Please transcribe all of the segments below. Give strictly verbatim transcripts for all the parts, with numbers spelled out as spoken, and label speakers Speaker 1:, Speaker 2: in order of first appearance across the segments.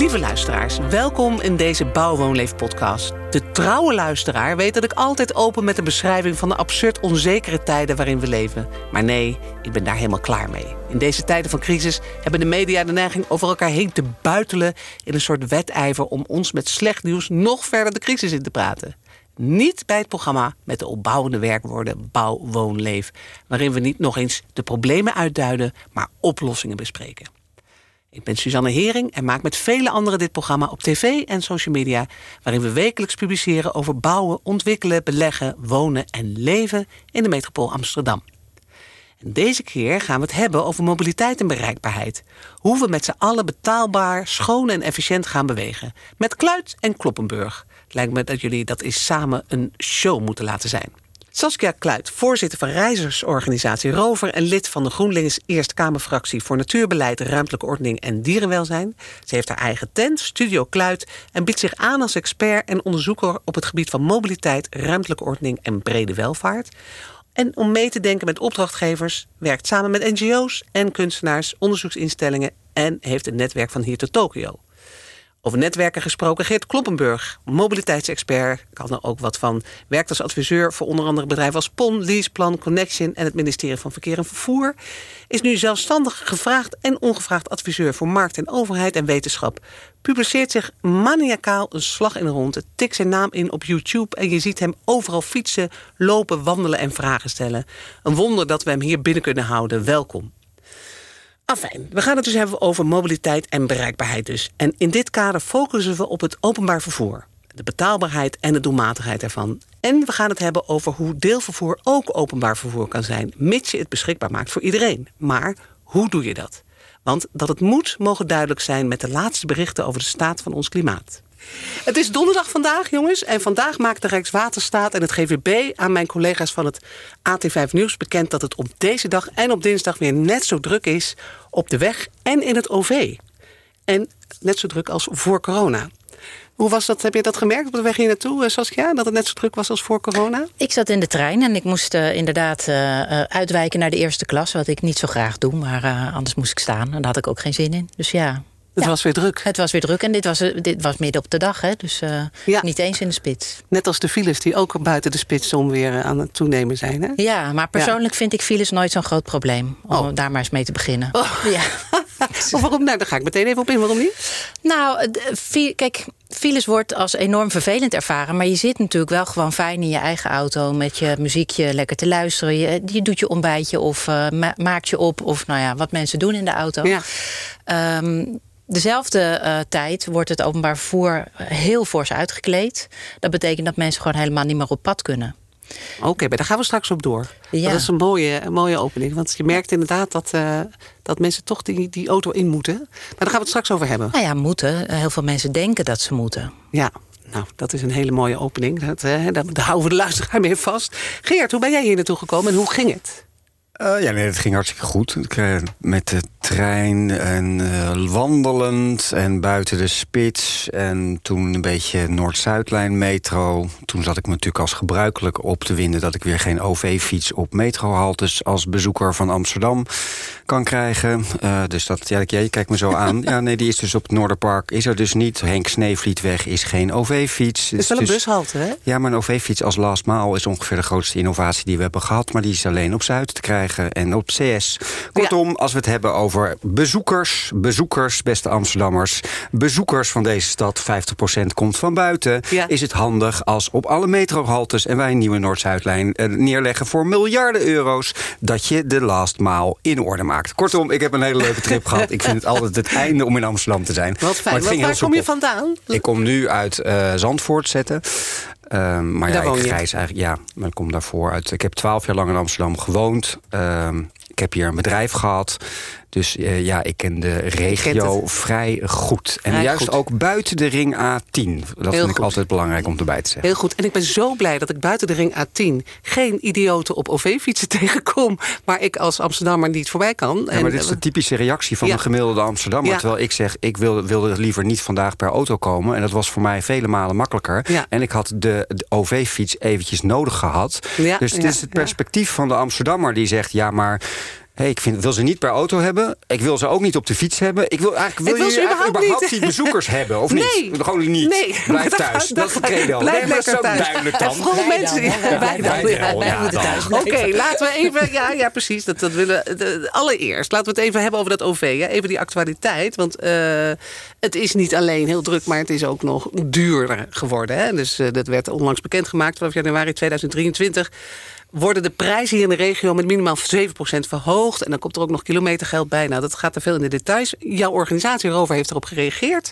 Speaker 1: Lieve luisteraars, welkom in deze Bouw-Woon-Leef-podcast. De trouwe luisteraar weet dat ik altijd open met de beschrijving van de absurd onzekere tijden waarin we leven. Maar nee, ik ben daar helemaal klaar mee. In deze tijden van crisis hebben de media de neiging over elkaar heen te buitelen in een soort wedijver om ons met slecht nieuws nog verder de crisis in te praten. Niet bij het programma met de opbouwende werkwoorden Bouw, Woon, Leef, waarin we niet nog eens de problemen uitduiden, maar oplossingen bespreken. Ik ben Suzanne Hering en maak met vele anderen dit programma op tv en social media, waarin we wekelijks publiceren over bouwen, ontwikkelen, beleggen, wonen en leven in de metropool Amsterdam. En deze keer gaan we het hebben over mobiliteit en bereikbaarheid. Hoe we met z'n allen betaalbaar, schoon en efficiënt gaan bewegen. Met Kluit en Kloppenburg. Het lijkt me dat jullie dat eens samen een show moeten laten zijn. Saskia Kluit, voorzitter van reizigersorganisatie Rover en lid van de GroenLinks Eerste Kamerfractie voor Natuurbeleid, Ruimtelijke Ordening en Dierenwelzijn. Ze heeft haar eigen tent, Studio Kluit, en biedt zich aan als expert en onderzoeker op het gebied van mobiliteit, ruimtelijke ordening en brede welvaart. En om mee te denken met opdrachtgevers, werkt samen met N G O's en kunstenaars, onderzoeksinstellingen en heeft een netwerk van hier tot Tokio. Over netwerken gesproken, Geert Kloppenburg, mobiliteitsexpert, kan er ook wat van. Werkt als adviseur voor onder andere bedrijven als P O N, Leaseplan, Connection en het ministerie van Verkeer en Vervoer. Is nu zelfstandig gevraagd en ongevraagd adviseur voor markt en overheid en wetenschap. Publiceert zich maniacaal een slag in de ronde, tikt zijn naam in op YouTube en je ziet hem overal fietsen, lopen, wandelen en vragen stellen. Een wonder dat we hem hier binnen kunnen houden. Welkom. Afijn, we gaan het dus hebben over mobiliteit en bereikbaarheid dus. En in dit kader focussen we op het openbaar vervoer. De betaalbaarheid en de doelmatigheid ervan. En we gaan het hebben over hoe deelvervoer ook openbaar vervoer kan zijn, mits je het beschikbaar maakt voor iedereen. Maar hoe doe je dat? Want dat het moet, mogen duidelijk zijn met de laatste berichten over de staat van ons klimaat. Het is donderdag vandaag, jongens. En vandaag maakt de Rijkswaterstaat en het G V B aan mijn collega's van het A T vijf Nieuws bekend dat het op deze dag en op dinsdag weer net zo druk is op de weg en in het O V. En net zo druk als voor corona. Hoe was dat? Heb je dat gemerkt op de weg hier naartoe, Saskia? Dat het net zo druk was als voor corona?
Speaker 2: Ik zat in de trein en ik moest uh, inderdaad uh, uitwijken naar de eerste klas. Wat ik niet zo graag doe, maar uh, anders moest ik staan. En daar had ik ook geen zin in. Dus ja...
Speaker 1: Het
Speaker 2: ja.
Speaker 1: was weer druk.
Speaker 2: Het was weer druk en dit was, dit was midden op de dag, hè? Dus uh, ja. niet eens in de spits.
Speaker 1: Net als de files die ook buiten de spits om weer aan het toenemen zijn, hè?
Speaker 2: Ja, maar persoonlijk ja. vind ik files nooit zo'n groot probleem. Om oh. daar maar eens mee te beginnen. Oh. Ja.
Speaker 1: Of waarom? Nou, daar ga ik meteen even op in. Waarom niet?
Speaker 2: Nou, kijk, files wordt als enorm vervelend ervaren. Maar je zit natuurlijk wel gewoon fijn in je eigen auto met je muziekje lekker te luisteren. Je, je doet je ontbijtje of uh, ma- maakt je op. Of nou ja, wat mensen doen in de auto. Ja. Um, Dezelfde uh, tijd wordt het openbaar vervoer heel fors uitgekleed. Dat betekent dat mensen gewoon helemaal niet meer op pad kunnen.
Speaker 1: Oké, okay, maar daar gaan we straks op door. Ja. Dat is een mooie, een mooie opening. Want je merkt inderdaad dat, uh, dat mensen toch die, die auto in moeten. Maar daar gaan we het straks over hebben.
Speaker 2: Nou ja, moeten. Heel veel mensen denken dat ze moeten.
Speaker 1: Ja, nou, dat is een hele mooie opening. Dat, uh, daar, daar houden we de luisteraar mee vast. Geert, hoe ben jij hier naartoe gekomen en hoe ging het?
Speaker 3: Uh, ja, nee, het ging hartstikke goed. Ik, uh, met de trein en uh, wandelend en buiten de spits. En toen een beetje Noord-Zuidlijn metro. Toen zat ik me natuurlijk als gebruikelijk op te winden dat ik weer geen O V-fiets op metrohaltes als bezoeker van Amsterdam kan krijgen. Uh, dus dat, ja, je kijkt me zo aan. Ja, nee, die is dus op het Noorderpark. Is er dus niet. Henk Sneevlietweg is geen O V-fiets.
Speaker 1: Het is wel een dus, bushalte, hè?
Speaker 3: Ja, maar een O V-fiets als last mile is ongeveer de grootste innovatie die we hebben gehad. Maar die is alleen op Zuid te krijgen. En op C S. Kortom, ja. als we het hebben over bezoekers, bezoekers, beste Amsterdammers, bezoekers van deze stad, vijftig procent komt van buiten, ja. is het handig als op alle metrohaltes en wij een nieuwe Noord-Zuidlijn eh, neerleggen voor miljarden euro's, dat je de last mile in orde maakt. Kortom, ik heb een hele leuke trip gehad. Ik vind het altijd het einde om in Amsterdam te zijn.
Speaker 1: Wat fijn. Wat, waar kom je vandaan?
Speaker 3: Ik kom nu uit uh, Zandvoort zetten. Uh, maar ja, ik reis eigenlijk, ja, maar ik kom daarvoor uit. Ik heb twaalf jaar lang in Amsterdam gewoond. Uh, ik heb hier een bedrijf gehad. Dus uh, ja, ik ken de regio vrij goed. En vrij juist goed. Ook buiten de ring A tien. Dat Heel vind ik goed. altijd belangrijk om erbij te zeggen.
Speaker 1: Heel goed. En ik ben zo blij dat ik buiten de ring A tien geen idioten op O V-fietsen tegenkom, maar ik als Amsterdammer niet voorbij kan.
Speaker 3: Ja, maar en, dit is de typische reactie van ja. de gemiddelde Amsterdammer. Ja. Terwijl ik zeg, ik wilde, wilde liever niet vandaag per auto komen. En dat was voor mij vele malen makkelijker. Ja. En ik had de, de O V-fiets eventjes nodig gehad. Ja. Dus het ja. is het perspectief ja. van de Amsterdammer die zegt, ja, maar Hey, ik vind, wil ze niet per auto hebben. Ik wil ze ook niet op de fiets hebben. Ik wil eigenlijk, wil,
Speaker 1: wil
Speaker 3: je
Speaker 1: ze
Speaker 3: eigenlijk
Speaker 1: überhaupt
Speaker 3: überhaupt
Speaker 1: niet.
Speaker 3: die bezoekers hebben, of
Speaker 1: Nee.
Speaker 3: niet? Gewoon niet.
Speaker 1: Nee.
Speaker 3: Blijf
Speaker 1: Dat
Speaker 3: thuis.
Speaker 1: gaat-
Speaker 3: Dat is het credo.
Speaker 1: Blijf
Speaker 3: Nee, maar dat is
Speaker 1: lekker
Speaker 3: ook
Speaker 1: thuis.
Speaker 3: duidelijk
Speaker 1: En
Speaker 3: dan.
Speaker 1: vooral
Speaker 2: Wij
Speaker 1: mensen...
Speaker 2: dan,
Speaker 1: Ja,
Speaker 2: hè?
Speaker 1: wij dan.
Speaker 3: Wij
Speaker 1: Ja,
Speaker 3: wel,
Speaker 1: wij
Speaker 3: ja,
Speaker 1: moeten
Speaker 3: dan.
Speaker 1: thuis. Oké, laten we even... Ja, ja, precies. Dat, dat willen, de, allereerst, laten we het even hebben over dat O V. Hè? Even die actualiteit. Want uh, het is niet alleen heel druk, maar het is ook nog duurder geworden. Hè? Dus uh, dat werd onlangs bekendgemaakt. Vanaf januari tweeduizend drieëntwintig... worden de prijzen hier in de regio met minimaal zeven procent verhoogd. En dan komt er ook nog kilometergeld bij. Nou, dat gaat te veel in de details. Jouw organisatie erover heeft erop gereageerd.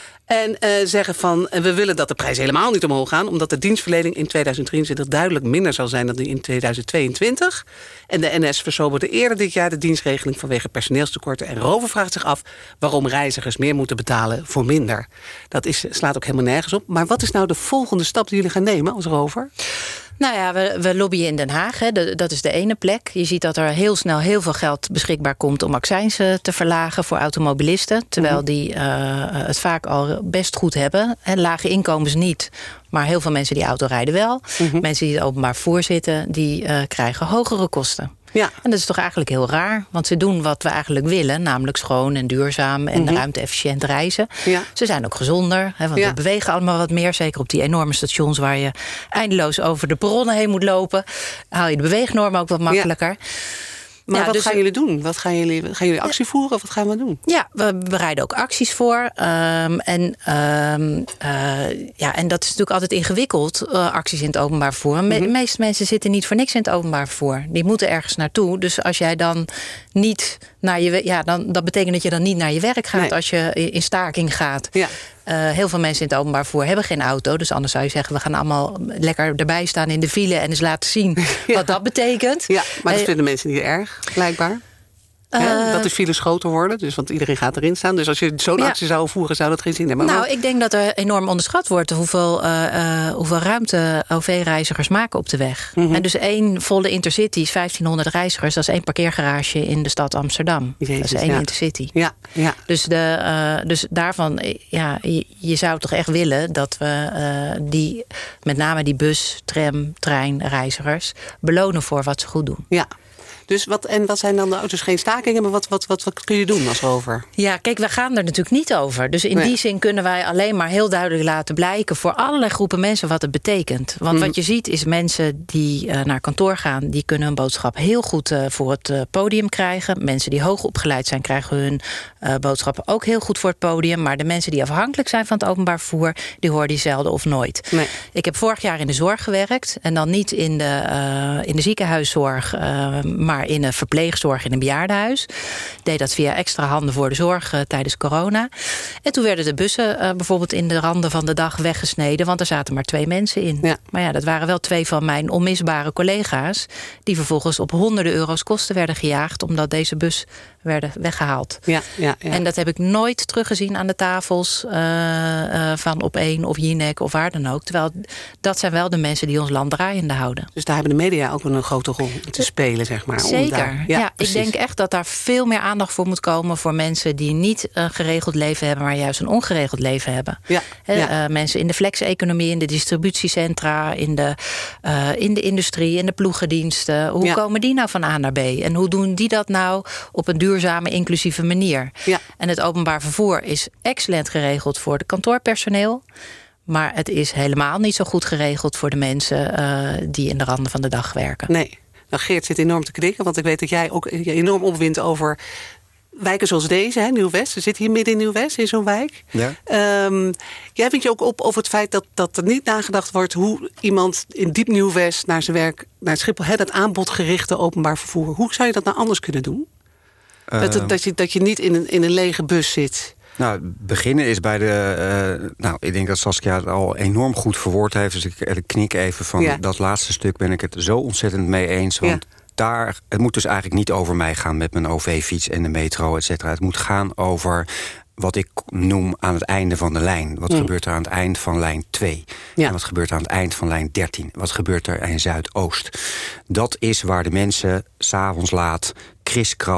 Speaker 1: En uh, zeggen van, we willen dat de prijzen helemaal niet omhoog gaan, omdat de dienstverlening in tweeduizend drieëntwintig duidelijk minder zal zijn dan die in tweeduizend tweeëntwintig. En de N S versoberde eerder dit jaar de dienstregeling vanwege personeelstekorten. En Rover vraagt zich af waarom reizigers meer moeten betalen voor minder. Dat is, slaat ook helemaal nergens op. Maar wat is nou de volgende stap die jullie gaan nemen als Rover?
Speaker 2: Nou ja, we, we lobbyen in Den Haag. Hè. De, dat is de ene plek. Je ziet dat er heel snel heel veel geld beschikbaar komt om accijnsen te verlagen voor automobilisten. Terwijl mm-hmm. die uh, het vaak al best goed hebben. Hè. Lage inkomens niet. Maar heel veel mensen die auto rijden wel. Mm-hmm. Mensen die in het openbaar vervoer zitten, die uh, krijgen hogere kosten. Ja. En dat is toch eigenlijk heel raar. Want ze doen wat we eigenlijk willen. Namelijk schoon en duurzaam en mm-hmm. ruimte-efficiënt reizen. Ja. Ze zijn ook gezonder. Hè, want ja. we bewegen allemaal wat meer. Zeker op die enorme stations waar je eindeloos over de perronnen heen moet lopen. Haal je de beweegnorm ook wat makkelijker. Ja.
Speaker 1: Maar
Speaker 2: ja,
Speaker 1: wat
Speaker 2: dus
Speaker 1: gaan jullie doen? Wat gaan jullie, gaan jullie actie ja. voeren of wat gaan we doen?
Speaker 2: Ja, we bereiden ook acties voor. Um, en, um, uh, ja, en dat is natuurlijk altijd ingewikkeld, uh, acties in het openbaar vervoer. Mm-hmm. De meeste mensen zitten niet voor niks in het openbaar vervoer. Die moeten ergens naartoe. Dus als jij dan niet naar je... Ja, dan, dat betekent dat je dan niet naar je werk gaat nee. als je in staking gaat. Ja. Uh, heel veel mensen in het openbaar vervoer hebben geen auto. Dus anders zou je zeggen, we gaan allemaal lekker erbij staan in de file en eens laten zien ja. wat dat betekent.
Speaker 1: Ja, maar dat uh, vinden mensen niet erg, blijkbaar. Uh, ja, dat de files groter worden, dus, want iedereen gaat erin staan. Dus als je zo'n ja. actie zou voeren, zou dat geen zin hebben.
Speaker 2: Nou,
Speaker 1: maar...
Speaker 2: ik denk dat er enorm onderschat wordt hoeveel, uh, uh, hoeveel ruimte O V-reizigers maken op de weg. Mm-hmm. En dus één volle intercity is vijftienhonderd reizigers. Dat is één parkeergarage in de stad Amsterdam. Jezus, dat is één ja. intercity. Ja, ja. Dus, de, uh, dus daarvan, ja, je, je zou toch echt willen dat we uh, die, met name die bus, tram, trein, reizigers belonen voor wat ze goed doen.
Speaker 1: Ja. Dus wat, en wat zijn dan de auto's? Geen stakingen, maar wat, wat, wat, wat kun je doen als Rover?
Speaker 2: Ja, kijk, we gaan er natuurlijk niet over. Dus in nee. die zin kunnen wij alleen maar heel duidelijk laten blijken voor allerlei groepen mensen wat het betekent. Want mm. wat je ziet is mensen die uh, naar kantoor gaan, die kunnen hun boodschap heel goed uh, voor het uh, podium krijgen. Mensen die hoog opgeleid zijn, krijgen hun uh, boodschappen ook heel goed voor het podium. Maar de mensen die afhankelijk zijn van het openbaar vervoer, die horen die zelden of nooit. Nee. Ik heb vorig jaar in de zorg gewerkt. En dan niet in de, uh, in de ziekenhuiszorg, uh, maar in een verpleegzorg in een bejaardenhuis. Deed dat via extra handen voor de zorg uh, tijdens corona. En toen werden de bussen uh, bijvoorbeeld in de randen van de dag weggesneden, want er zaten maar twee mensen in. Ja. Maar ja, dat waren wel twee van mijn onmisbare collega's, die vervolgens op honderden euro's kosten werden gejaagd, omdat deze bus werden weggehaald. Ja, ja, ja. En dat heb ik nooit teruggezien aan de tafels uh, uh, van Op één of Jinek of waar dan ook. Terwijl dat zijn wel de mensen die ons land draaiende houden.
Speaker 1: Dus daar hebben de media ook wel een grote rol te spelen, zeg maar.
Speaker 2: Zeker. Daar, ja, ja, ik denk echt dat daar veel meer aandacht voor moet komen voor mensen die niet een geregeld leven hebben, maar juist een ongeregeld leven hebben. Ja, He, ja. Uh, mensen in de flex-economie, in de distributiecentra, in de, uh, in de industrie, in de ploegendiensten. Hoe ja. komen die nou van A naar B? En hoe doen die dat nou op een duurzame, inclusieve manier? Ja. En het openbaar vervoer is excellent geregeld voor de kantoorpersoneel. Maar het is helemaal niet zo goed geregeld voor de mensen uh, die in de randen van de dag werken. Nee.
Speaker 1: Nou, Geert zit enorm te knikken, want ik weet dat jij ook enorm opwindt over wijken zoals deze, hè, Nieuw-West. We zitten hier midden in Nieuw-West, in zo'n wijk. Ja. Um, jij vindt je ook op over het feit dat, dat er niet nagedacht wordt hoe iemand in diep Nieuw-West naar zijn werk, naar Schiphol, hè, dat aanbodgerichte openbaar vervoer. Hoe zou je dat nou anders kunnen doen? Uh, dat, dat, je, dat je niet in een, in een lege bus zit.
Speaker 3: Nou, beginnen is bij de... Uh, nou, ik denk dat Saskia het al enorm goed verwoord heeft. Dus ik, ik knik even van ja. dat laatste stuk ben ik het zo ontzettend mee eens. Want ja. daar, het moet dus eigenlijk niet over mij gaan met mijn O V-fiets en de metro, et cetera. Het moet gaan over wat ik noem aan het einde van de lijn. Wat mm. gebeurt er aan het eind van lijn twee? Ja. En wat gebeurt er aan het eind van lijn dertien? Wat gebeurt er in Zuidoost? Dat is waar de mensen 's avonds laat kriskras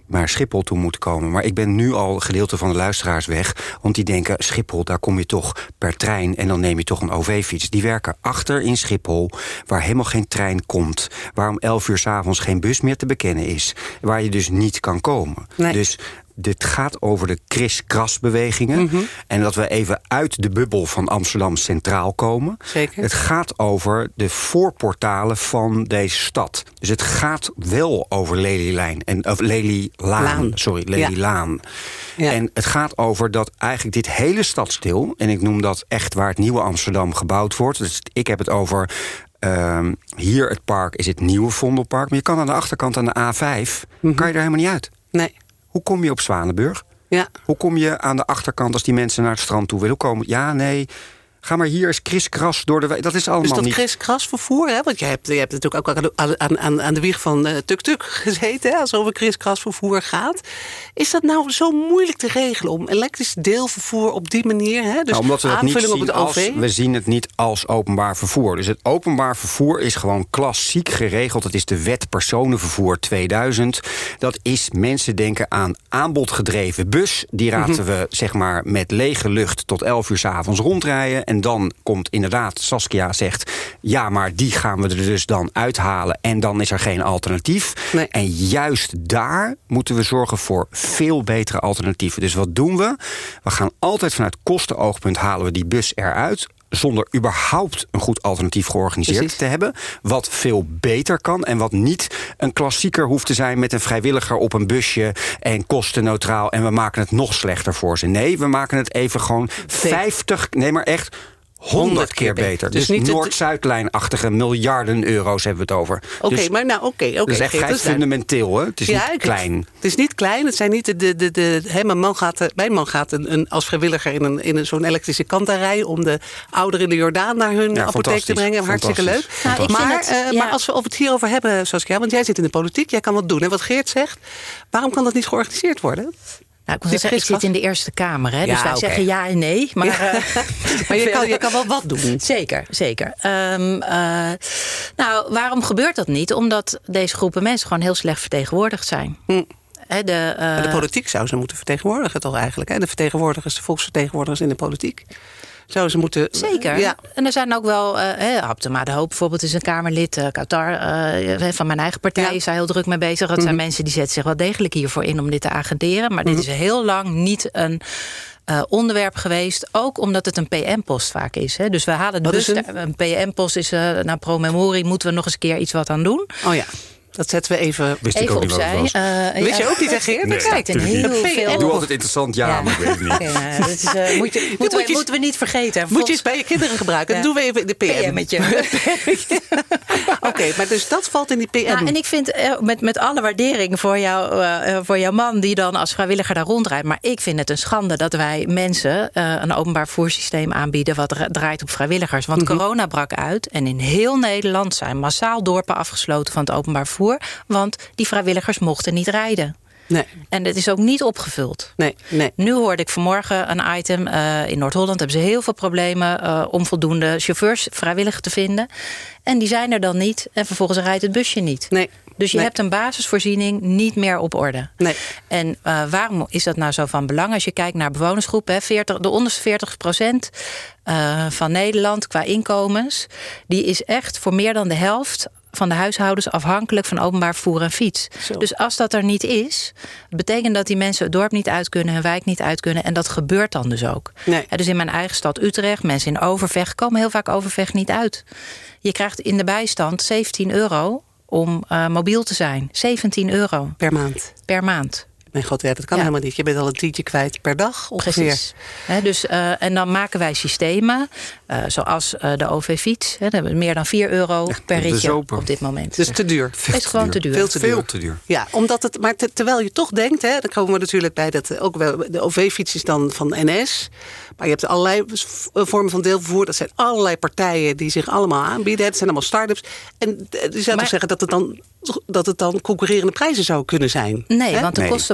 Speaker 3: naar Schiphol toe moeten komen. Maar ik ben nu al een gedeelte van de luisteraars weg. Want die denken, Schiphol, daar kom je toch per trein. En dan neem je toch een O V-fiets. Die werken achter in Schiphol, waar helemaal geen trein komt. Waar om elf uur 's avonds geen bus meer te bekennen is. Waar je dus niet kan komen. Nee. Dus dit gaat over de kris-kras-bewegingen. Mm-hmm. En dat we even uit de bubbel van Amsterdam Centraal komen.
Speaker 1: Zeker.
Speaker 3: Het gaat over de voorportalen van deze stad. Dus het gaat wel over Lelylijn. En, of Lelylaan. Laan. Sorry, Lelylaan. Ja. Ja. En het gaat over dat eigenlijk dit hele stadsdeel, en ik noem dat echt waar het nieuwe Amsterdam gebouwd wordt. Dus ik heb het over Uh, hier het park is het nieuwe Vondelpark. Maar je kan aan de achterkant aan de A vijf, mm-hmm. kan je er helemaal niet uit.
Speaker 1: Nee.
Speaker 3: Hoe kom je op Zwanenburg?
Speaker 1: Ja.
Speaker 3: Hoe kom je aan de achterkant als die mensen naar het strand toe willen? Hoe komen? Ja, nee. Ga maar hier eens kriskras door de wijk. Dat is allemaal
Speaker 1: dus dat
Speaker 3: niet.
Speaker 1: kriskras vervoer, hè? Want je hebt, je hebt natuurlijk ook aan, aan, aan, aan de wieg van uh, tuk-tuk gezeten, hè? Als het over kriskras vervoer gaat. Is dat nou zo moeilijk te regelen om elektrisch deelvervoer op die manier? Hè? Dus
Speaker 3: nou, omdat we dat niet zien
Speaker 1: op het
Speaker 3: als,
Speaker 1: O V?
Speaker 3: we zien het niet als openbaar vervoer. Dus het openbaar vervoer is gewoon klassiek geregeld. Dat is de wet personenvervoer tweeduizend. Dat is mensen denken aan aanbodgedreven bus. Die laten mm-hmm. we zeg maar met lege lucht tot elf uur 's avonds rondrijden. En dan komt inderdaad, Saskia zegt, ja, maar die gaan we er dus dan uithalen. En dan is er geen alternatief.
Speaker 1: Nee.
Speaker 3: En juist daar moeten we zorgen voor veel betere alternatieven. Dus wat doen we? We gaan altijd vanuit kostenoogpunt halen we die bus eruit, zonder überhaupt een goed alternatief georganiseerd Precies. te hebben. Wat veel beter kan en wat niet een klassieker hoeft te zijn met een vrijwilliger op een busje en kostenneutraal en we maken het nog slechter voor ze. Nee, we maken het even gewoon vijftig, nee maar echt honderd keer beter. Dus, dus niet Noord-Zuidlijn-achtige miljarden euro's hebben we het over.
Speaker 1: Oké, okay, dus, maar nou, oké. Okay, okay,
Speaker 3: dat is echt vrij fundamenteel, hè? Het is
Speaker 1: ja,
Speaker 3: niet klein.
Speaker 1: Het, het is niet klein. Het zijn niet de... de, de, de hè, mijn man gaat, mijn man gaat een, een, als vrijwilliger in, een, in een, zo'n elektrische kantarij om de ouderen in de Jordaan naar hun ja, apotheek te brengen. Hartstikke leuk. Nou, maar, het, uh, ja. maar als we het hierover hebben, Saskia, want jij zit in de politiek, jij kan wat doen. En wat Geert zegt, waarom kan dat niet georganiseerd worden?
Speaker 2: Nou, ik, zeggen, ik zit in de Eerste Kamer, hè, dus ja, wij okay. zeggen ja en nee. Maar, ja. uh,
Speaker 1: maar je, kan, je kan wel wat doen.
Speaker 2: Zeker, zeker. Um, uh, nou, waarom gebeurt dat niet? Omdat deze groepen mensen gewoon heel slecht vertegenwoordigd zijn.
Speaker 1: Hm.
Speaker 2: He, de, uh...
Speaker 1: de politiek zou ze moeten vertegenwoordigen toch eigenlijk? Hè? De vertegenwoordigers, de volksvertegenwoordigers in de politiek. Zouden ze moeten...
Speaker 2: Zeker. Ja. En er zijn ook wel... Uh, Abtema de Hoop bijvoorbeeld is een Kamerlid. Uh, Qatar uh, van mijn eigen partij ja. is daar heel druk mee bezig. Dat mm-hmm. zijn mensen die zetten zich wel degelijk hiervoor in om dit te agenderen. Maar mm-hmm. dit is heel lang niet een uh, onderwerp geweest. Ook omdat het een P M-post vaak is. Hè. Dus we halen de bus... Een, een P M-post is uh, naar pro memorie. Moeten we nog eens een keer iets wat aan doen.
Speaker 1: Oh ja. Dat zetten we even,
Speaker 3: Wist
Speaker 2: even
Speaker 3: ik ook
Speaker 2: opzij.
Speaker 3: Niet
Speaker 1: uh, Wist je ook niet, Geert?
Speaker 3: Nee,
Speaker 2: kijkt in heel veel.
Speaker 3: Ik doe altijd interessant, ja, ja. maar ik weet het niet.
Speaker 2: Ja, dat is, uh, moet je, moeten, we, moeten we niet vergeten.
Speaker 1: Moet je eens bij je kinderen gebruiken. Ja. Dan doen we even de P M.
Speaker 2: P M'tje.
Speaker 1: Oké, okay, maar dus dat valt in die P M.
Speaker 2: Nou, en ik vind, uh, met, met alle waardering voor, jou, uh, voor jouw man die dan als vrijwilliger daar rondrijdt. Maar ik vind het een schande dat wij mensen uh, een openbaar vervoerssysteem aanbieden wat draait op vrijwilligers. Want mm-hmm. corona brak uit en in heel Nederland zijn massaal dorpen afgesloten van het openbaar vervoer. Want die vrijwilligers mochten niet rijden.
Speaker 1: Nee.
Speaker 2: En dat is ook niet opgevuld.
Speaker 1: Nee, nee.
Speaker 2: Nu hoorde ik vanmorgen een item. Uh, in Noord-Holland hebben ze heel veel problemen uh, om voldoende chauffeurs vrijwillig te vinden. En die zijn er dan niet. En vervolgens rijdt het busje niet.
Speaker 1: Nee.
Speaker 2: Dus je
Speaker 1: nee.
Speaker 2: hebt een basisvoorziening niet meer op orde.
Speaker 1: Nee.
Speaker 2: En uh, waarom is dat nou zo van belang? Als je kijkt naar bewonersgroepen, hè, veertig, de onderste veertig procent uh, van Nederland qua inkomens, die is echt voor meer dan de helft van de huishoudens afhankelijk van openbaar vervoer en fiets. Zo. Dus als dat er niet is, betekent dat die mensen het dorp niet uit kunnen, hun wijk niet uit kunnen. En dat gebeurt dan dus ook.
Speaker 1: Nee.
Speaker 2: Ja, dus in mijn eigen stad Utrecht, mensen in Overvecht komen heel vaak Overvecht niet uit. Je krijgt in de bijstand zeventien euro om uh, mobiel te zijn. zeventien euro.
Speaker 1: Per maand.
Speaker 2: Per maand.
Speaker 1: Mijn god, ja, dat kan ja. helemaal niet. Je bent al een tientje kwijt per dag ongeveer.
Speaker 2: Precies. He, dus, uh, en dan maken wij systemen, uh, zoals uh, de O V-fiets. He, dat hebben we meer dan vier euro ja, per ritje op dit moment.
Speaker 1: Dus te duur.
Speaker 2: Het is gewoon te duur.
Speaker 1: Veel te duur.
Speaker 3: Veel te duur.
Speaker 1: Ja, omdat het, maar te, terwijl je toch denkt, hè, dan komen we natuurlijk bij dat ook wel, de O V-fiets is dan van N S. Maar je hebt allerlei vormen van deelvervoer. Dat zijn allerlei partijen die zich allemaal aanbieden. Het zijn allemaal start-ups. En je zou toch zeggen dat het dan dat het dan concurrerende prijzen zou kunnen zijn.
Speaker 2: Nee,
Speaker 1: hè?
Speaker 2: want de
Speaker 3: nee.
Speaker 2: kosten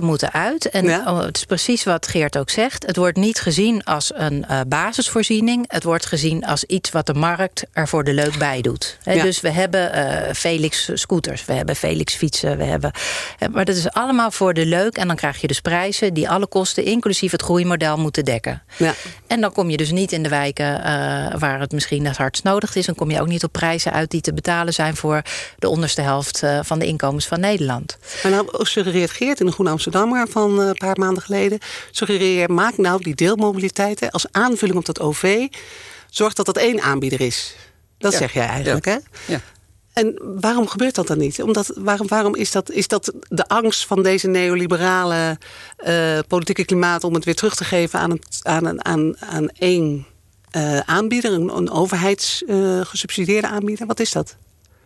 Speaker 2: moeten uit. En ja. oh, het is precies wat Geert ook zegt. Het wordt niet gezien als een uh, basisvoorziening. Het wordt gezien als iets wat de markt er voor de leuk bij doet. He, ja. Dus we hebben uh, Felix scooters, we hebben Felix fietsen. We hebben, maar dat is allemaal voor de leuk. En dan krijg je dus prijzen die alle kosten, inclusief het groeimodel, moeten dekken. Ja. En dan kom je dus niet in de wijken uh, waar het misschien het hardst nodig is. Dan kom je ook niet op prijzen uit die te betalen zijn voor de onderste helft uh, van de inkomens van Nederland.
Speaker 1: Maar nou suggereert Geert in de Groene Amsterdammer van uh, een paar maanden geleden, suggereer, maak nou die deelmobiliteit hè, als aanvulling op dat O V. Zorg dat dat één aanbieder is. Dat ja. zeg jij eigenlijk, ja. hè? Ja. En waarom gebeurt dat dan niet? Omdat, waarom waarom is, dat, is dat de angst van deze neoliberale uh, politieke klimaat om het weer terug te geven aan, het, aan, aan, aan één uh, aanbieder, een, een overheidsgesubsidieerde uh, aanbieder? Wat is dat?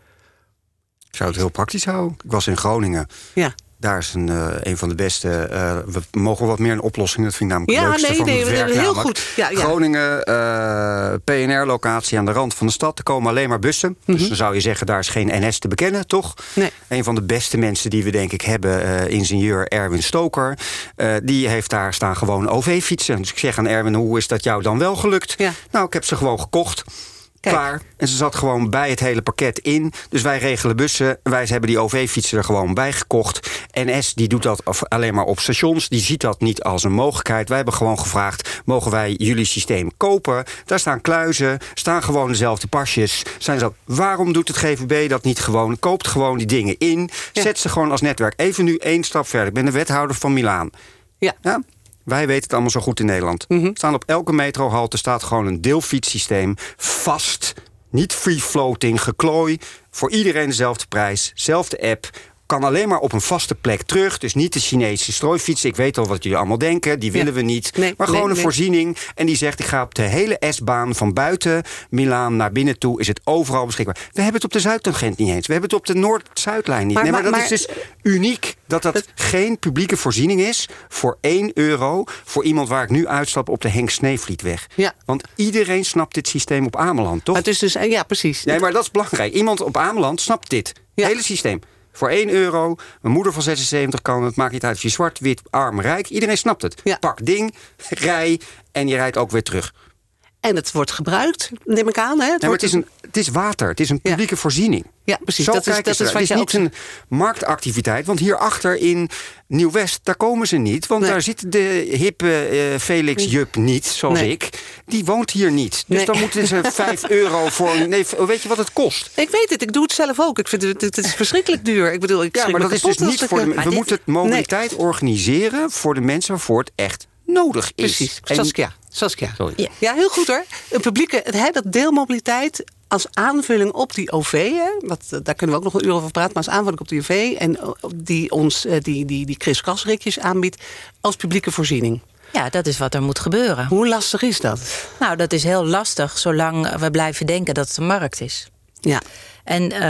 Speaker 3: Ik zou het heel praktisch houden. Ik was in Groningen. Ja. Daar is een, uh, een van de beste... Uh, we mogen wat meer een oplossing. Dat vind ik namelijk het
Speaker 1: ja,
Speaker 3: leukste
Speaker 1: nee,
Speaker 3: van
Speaker 1: nee,
Speaker 3: het werk.
Speaker 1: Heel
Speaker 3: namelijk.
Speaker 1: goed. Ja, ja.
Speaker 3: Groningen, uh, P N R-locatie aan de rand van de stad. Er komen alleen maar bussen. Mm-hmm. Dus dan zou je zeggen, daar is geen N S te bekennen, toch? Nee. Een van de beste mensen die we denk ik hebben... Uh, ingenieur Erwin Stoker. Uh, die heeft daar staan gewoon O V-fietsen. Dus ik zeg aan Erwin, hoe is dat jou dan wel gelukt? Ja. Nou, ik heb ze gewoon gekocht. Kijk. Klaar. En ze zat gewoon bij het hele pakket in. Dus wij regelen bussen. Wij hebben die O V-fietsen er gewoon bij gekocht. N S die doet dat alleen maar op stations. Die ziet dat niet als een mogelijkheid. Wij hebben gewoon gevraagd, mogen wij jullie systeem kopen? Daar staan kluizen, staan gewoon dezelfde pasjes. Zijn zo, waarom doet het G V B dat niet gewoon? Koopt gewoon die dingen in. Ja. Zet ze gewoon als netwerk. Even nu één stap verder. Ik ben de wethouder van Milaan. Ja. Ja? Wij weten het allemaal zo goed in Nederland. Mm-hmm. Staan op elke metrohalte staat gewoon een deelfietssysteem. Vast, niet free-floating, geklooi. Voor iedereen dezelfde prijs, zelfde app. Kan alleen maar op een vaste plek terug. Dus niet de Chinese strooifiets. Ik weet al wat jullie allemaal denken. Die willen ja. we niet. Nee, maar gewoon nee, een nee. voorziening. En die zegt, ik ga op de hele S-baan van buiten Milaan naar binnen toe. Is het overal beschikbaar. We hebben het op de Zuidtangent niet eens. We hebben het op de Noord-Zuidlijn niet. Maar, nee, maar, maar dat maar, is dus uniek. Dat dat het, geen publieke voorziening is. Voor één euro. Voor iemand waar ik nu uitstap op de Henk Sneevlietweg. Ja. Want iedereen snapt dit systeem op Ameland, toch?
Speaker 1: Het is dus, ja, precies.
Speaker 3: Nee, maar dat is belangrijk. Iemand op Ameland snapt dit. Ja. Het hele systeem. Voor één euro, mijn moeder van zesenzeventig kan het, maakt niet uit of je zwart, wit, arm, rijk. Iedereen snapt het. Ja. Pak ding, rij en je rijdt ook weer terug.
Speaker 1: En het wordt gebruikt, neem ik aan. Hè? Het,
Speaker 3: nee,
Speaker 1: wordt
Speaker 3: het, is een, het is water, het is een publieke ja. voorziening.
Speaker 1: Ja, precies.
Speaker 3: Zo
Speaker 1: dat is, dat is,
Speaker 3: het is niet ook... een marktactiviteit. Want hierachter in Nieuw-West, daar komen ze niet. Want nee. daar zit de hippe uh, Felix Jup niet, zoals nee. ik. Die woont hier niet. Dus nee. dan moeten ze vijf euro voor... Nee, weet je wat het kost?
Speaker 1: Ik weet het, ik doe het zelf ook. Ik vind het, het is verschrikkelijk duur. Ik bedoel, ik
Speaker 3: ja, maar dat is dus niet voor de... We dit... moeten het mobiliteit nee. organiseren voor de mensen waarvoor het echt nodig is.
Speaker 1: Precies, en... Saskia. Saskia. Ja. ja, heel goed hoor. Een publieke, hè, dat deelmobiliteit als aanvulling op die O V, hè, wat, daar kunnen we ook nog een uur over praten, maar als aanvulling op die O V en die ons die, die, die kriskasritjes aanbiedt als publieke voorziening.
Speaker 2: Ja, dat is wat er moet gebeuren.
Speaker 1: Hoe lastig is dat?
Speaker 2: Nou, dat is heel lastig zolang we blijven denken dat het een markt is. Ja. En uh,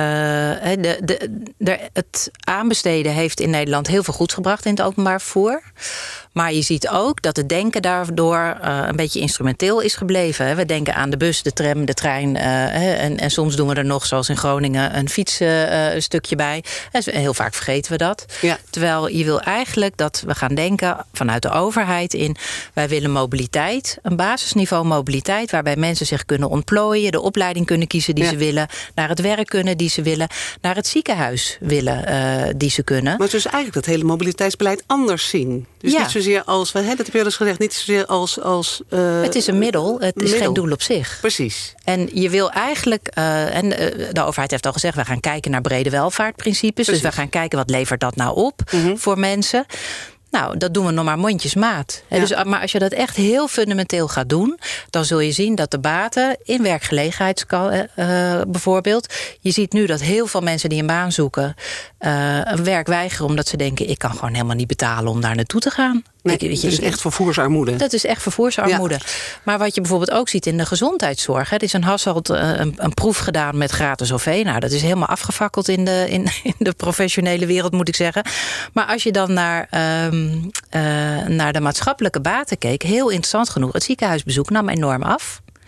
Speaker 2: de, de, de, het aanbesteden heeft in Nederland heel veel goeds gebracht in het openbaar vervoer. Maar je ziet ook dat het denken daardoor uh, een beetje instrumenteel is gebleven. We denken aan de bus, de tram, de trein. Uh, en, en soms doen we er nog, zoals in Groningen, een fietsstukje uh, bij. En heel vaak vergeten we dat. Ja. Terwijl je wil eigenlijk dat we gaan denken vanuit de overheid in... wij willen mobiliteit, een basisniveau mobiliteit... waarbij mensen zich kunnen ontplooien, de opleiding kunnen kiezen die ja. ze willen... naar het werk kunnen die ze willen, naar het ziekenhuis willen uh, die ze kunnen.
Speaker 1: Maar dus eigenlijk dat hele mobiliteitsbeleid anders zien. Dus ja. niet zozeer als, hè, dat heb je wel eens gezegd, niet zozeer als... als uh,
Speaker 2: het is een middel, het is
Speaker 1: middel.
Speaker 2: geen doel op zich.
Speaker 1: Precies.
Speaker 2: En je wil eigenlijk, uh, en uh, de overheid heeft al gezegd... we gaan kijken naar brede welvaartprincipes. Precies. Dus we gaan kijken wat levert dat nou op mm-hmm. voor mensen... Nou, dat doen we nog maar mondjesmaat. Ja. Dus, maar als je dat echt heel fundamenteel gaat doen... dan zul je zien dat de baten in werkgelegenheid uh, bijvoorbeeld... je ziet nu dat heel veel mensen die een baan zoeken... Uh, een werk weigeren omdat ze denken... ik kan gewoon helemaal niet betalen om daar naartoe te gaan.
Speaker 1: Nee,
Speaker 2: ik, weet je,
Speaker 1: dat is echt vervoersarmoede.
Speaker 2: Dat is echt vervoersarmoede. Ja. Maar wat je bijvoorbeeld ook ziet in de gezondheidszorg... er is een Hasselt een, een proef gedaan met gratis O V. Nou, dat is helemaal afgefakkeld in de, in, in de professionele wereld, moet ik zeggen. Maar als je dan naar, um, uh, naar de maatschappelijke baten keek... heel interessant genoeg, het ziekenhuisbezoek nam enorm af...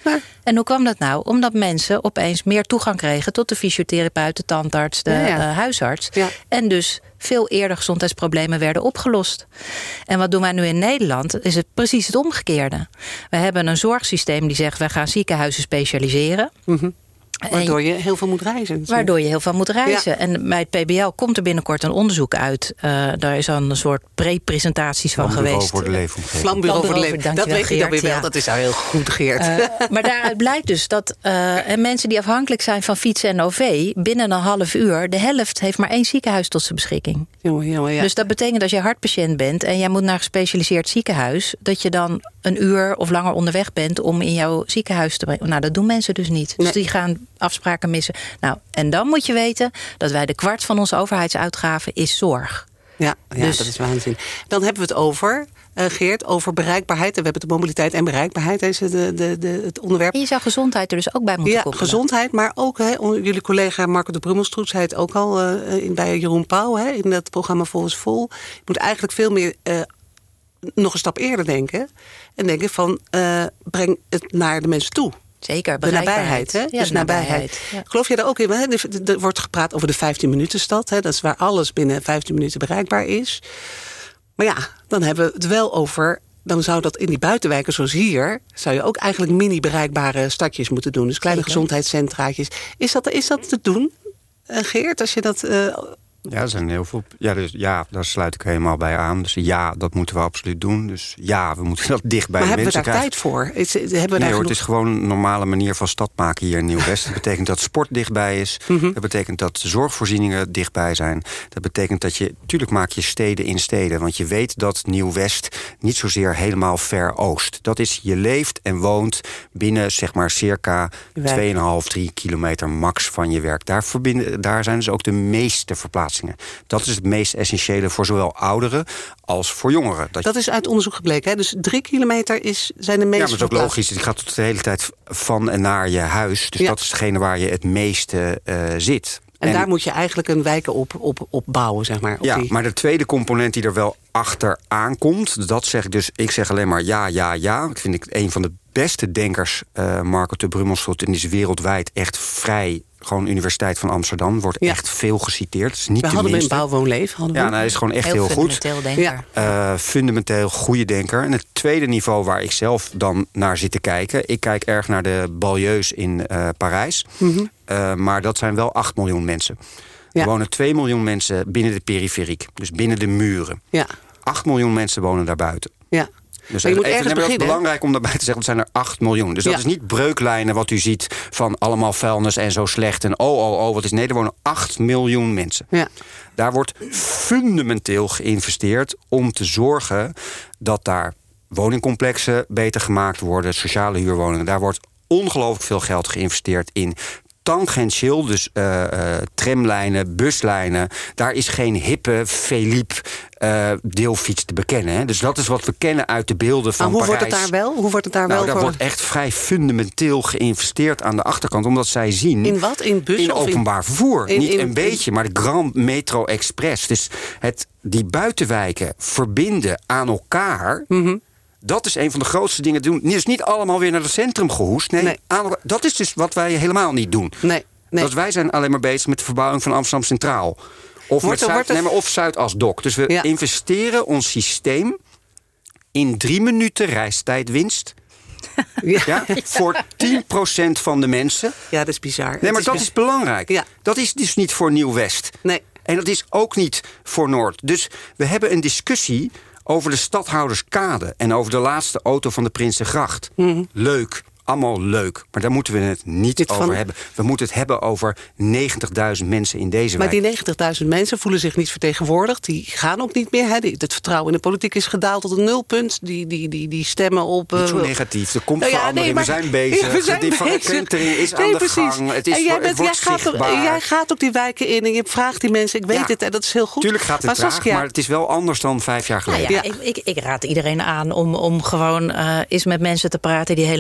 Speaker 2: Nee. En hoe kwam dat nou? Omdat mensen opeens meer toegang kregen tot de fysiotherapeut, de tandarts, de ja, ja. Uh, huisarts. Ja. En dus veel eerder gezondheidsproblemen werden opgelost. En wat doen wij nu in Nederland? Is het precies het omgekeerde. We hebben een zorgsysteem die zegt, wij gaan ziekenhuizen specialiseren.
Speaker 1: Mm-hmm. Waardoor je heel veel moet reizen. Natuurlijk.
Speaker 2: Waardoor je heel veel moet reizen. Ja. En bij het P B L komt er binnenkort een onderzoek uit. Uh, daar is al een soort pre-presentaties van geweest.
Speaker 3: Voor de leefomgeving.
Speaker 1: Vlambureau voor de leefomgeving. Dat weet je dan weer wel. Ja. Dat is al heel goed, Geert. Uh,
Speaker 2: maar daaruit blijkt dus dat uh, en mensen die afhankelijk zijn van fietsen en O V... binnen een half uur, de helft heeft maar één ziekenhuis tot zijn beschikking.
Speaker 1: Jongen, jongen, ja.
Speaker 2: Dus dat betekent als je hartpatiënt bent en jij moet naar een gespecialiseerd ziekenhuis, dat je dan een uur of langer onderweg bent om in jouw ziekenhuis te brengen. Nou, dat doen mensen dus niet. Dus nee. die gaan afspraken missen. Nou, en dan moet je weten dat wij de kwart van onze overheidsuitgaven is zorg.
Speaker 1: Ja, ja dus, dat is waanzin. Dan hebben we het over, uh, Geert, over bereikbaarheid. We hebben de mobiliteit en bereikbaarheid, is de, de, de, het onderwerp.
Speaker 2: En je zou gezondheid er dus ook bij moeten
Speaker 1: ja,
Speaker 2: koppelen.
Speaker 1: Gezondheid, maar ook, hè, jullie collega Marco de Brummelstroet zei het ook al uh, in, bij Jeroen Pauw, hè, in dat programma Volgens Vol. Je moet eigenlijk veel meer uh, nog een stap eerder denken. En denken van, uh, breng het naar de mensen toe.
Speaker 2: Zeker,
Speaker 1: de nabijheid. Hè?
Speaker 2: Ja,
Speaker 1: dus
Speaker 2: de
Speaker 1: nabijheid.
Speaker 2: nabijheid ja.
Speaker 1: Geloof je daar ook in? Hè? Er wordt gepraat over de vijftien-minuten-stad. Dat is waar alles binnen vijftien minuten bereikbaar is. Maar ja, dan hebben we het wel over, dan zou dat in die buitenwijken zoals hier, zou je ook eigenlijk mini-bereikbare stadjes moeten doen. Dus kleine Zeker. gezondheidscentraatjes. Is dat, is dat te doen, Geert, als je dat... Uh,
Speaker 3: Ja, er zijn heel veel. Ja, dus ja, daar sluit ik helemaal bij aan. Dus ja, dat moeten we absoluut doen. Dus ja, we moeten dat dicht bij
Speaker 1: maar
Speaker 3: de mensen krijgen.
Speaker 1: Maar hebben we daar tijd voor? Is, hebben we
Speaker 3: nee
Speaker 1: daar
Speaker 3: hoor,
Speaker 1: genoeg...
Speaker 3: het is gewoon een normale manier van stad maken hier in Nieuw-West. Dat betekent dat sport dichtbij is. Mm-hmm. Dat betekent dat zorgvoorzieningen dichtbij zijn. Dat betekent dat je, tuurlijk maak je steden in steden. Want je weet dat Nieuw-West niet zozeer helemaal ver oost. Dat is, je leeft en woont binnen zeg maar circa twee komma vijf, drie kilometer max van je werk. Daar, verbinden, daar zijn dus ook de meeste verplaatsingen. Dat is het meest essentiële voor zowel ouderen als voor jongeren.
Speaker 1: Dat, dat is uit onderzoek gebleken, hè? Dus drie kilometer is, zijn de meeste.
Speaker 3: Ja, maar dat is ook logisch. Het gaat de hele tijd van en naar je huis. Dus ja. dat is hetgene waar je het meeste uh, zit.
Speaker 1: En, en daar moet je eigenlijk een wijken op, op, op bouwen, zeg maar. Op
Speaker 3: ja,
Speaker 1: die...
Speaker 3: maar de tweede component die er wel achteraan komt, dat zeg ik dus, ik zeg alleen maar ja, ja, ja. Ik vind ik een van de beste denkers, uh, Marco de Brummelstroet, en die is wereldwijd echt vrij. Gewoon Universiteit van Amsterdam wordt ja. echt veel geciteerd. Is niet
Speaker 1: we hadden hem in Bouwwoonleef.
Speaker 3: Ja, nou, hij is gewoon echt heel, heel goed.
Speaker 2: Fundamenteel denker.
Speaker 3: Ja. Uh, fundamenteel goede denker. En het tweede niveau waar ik zelf dan naar zit te kijken, ik kijk erg naar de banlieues in uh, Parijs. Mm-hmm. Uh, maar dat zijn wel acht miljoen mensen. Ja. Er wonen twee miljoen mensen binnen de periferiek. Dus binnen de muren.
Speaker 1: Ja.
Speaker 3: acht miljoen mensen wonen daarbuiten.
Speaker 1: Ja.
Speaker 3: Dus
Speaker 1: maar je moet
Speaker 3: even,
Speaker 1: ergens beginnen.
Speaker 3: Het is belangrijk om daarbij te zeggen, dat zijn er acht miljoen. Dus dat ja. is niet breuklijnen wat u ziet van allemaal vuilnis en zo slecht. En oh, oh, oh, wat is... Nee, er wonen acht miljoen mensen.
Speaker 1: Ja.
Speaker 3: Daar wordt fundamenteel geïnvesteerd om te zorgen dat daar woningcomplexen beter gemaakt worden. Sociale huurwoningen. Daar wordt ongelooflijk veel geld geïnvesteerd in tangentieel, dus uh, uh, tramlijnen, buslijnen. Daar is geen hippe, Philippe uh, deelfiets te bekennen. Hè? Dus dat is wat we kennen uit de beelden van
Speaker 1: maar hoe
Speaker 3: Parijs.
Speaker 1: Wordt het daar wel? Hoe wordt het daar
Speaker 3: nou,
Speaker 1: wel?
Speaker 3: Daar
Speaker 1: voor...
Speaker 3: wordt echt vrij fundamenteel geïnvesteerd aan de achterkant, omdat zij zien...
Speaker 1: In wat? In bussen?
Speaker 3: In
Speaker 1: of
Speaker 3: openbaar
Speaker 1: in...
Speaker 3: vervoer.
Speaker 1: In,
Speaker 3: Niet
Speaker 1: in,
Speaker 3: een beetje, maar de Grand Metro Express. Dus het, die buitenwijken verbinden aan elkaar... Mm-hmm. Dat is een van de grootste dingen te doen. Dus niet allemaal weer naar het centrum gehoest. Nee, nee. Aan, dat is dus wat wij helemaal niet doen.
Speaker 1: Nee, nee.
Speaker 3: Dat wij zijn alleen maar bezig met de verbouwing van Amsterdam Centraal. Of, met Zuid, nee, maar of Zuidasdok. Dus we ja. investeren ons systeem in drie minuten reistijdwinst. Ja. Ja, voor tien procent van de mensen.
Speaker 1: Ja, dat is bizar.
Speaker 3: Nee, maar is dat is belangrijk. Ja. Dat is dus niet voor Nieuw-West.
Speaker 1: Nee.
Speaker 3: En dat is ook niet voor Noord. Dus we hebben een discussie over de Stadhouderskade en over de laatste auto van de Prinsengracht. Mm-hmm. Leuk, allemaal leuk. Maar daar moeten we het niet Dit over van... hebben. We moeten het hebben over negentigduizend mensen in deze
Speaker 1: maar
Speaker 3: wijk.
Speaker 1: Maar die negentigduizend mensen voelen zich niet vertegenwoordigd. Die gaan ook niet meer. Hè. Het vertrouwen in de politiek is gedaald tot een nulpunt. Die, die, die, die stemmen op...
Speaker 3: Niet zo uh... negatief. Er komt nou ja, verandering. Nee, maar... We zijn bezig. Ja, we zijn de verkentering is nee, aan de precies. gang. Het is en jij, voor, bent, het
Speaker 1: jij,
Speaker 3: gaat
Speaker 1: op, jij gaat ook die wijken in en je vraagt die mensen. Ik weet ja. het en dat is heel goed.
Speaker 3: Tuurlijk gaat het maar traag, Saskia... maar het is wel anders dan vijf jaar geleden.
Speaker 2: Nou ja, ja. Ik, ik, ik raad iedereen aan om, om gewoon uh, eens met mensen te praten die helemaal niet op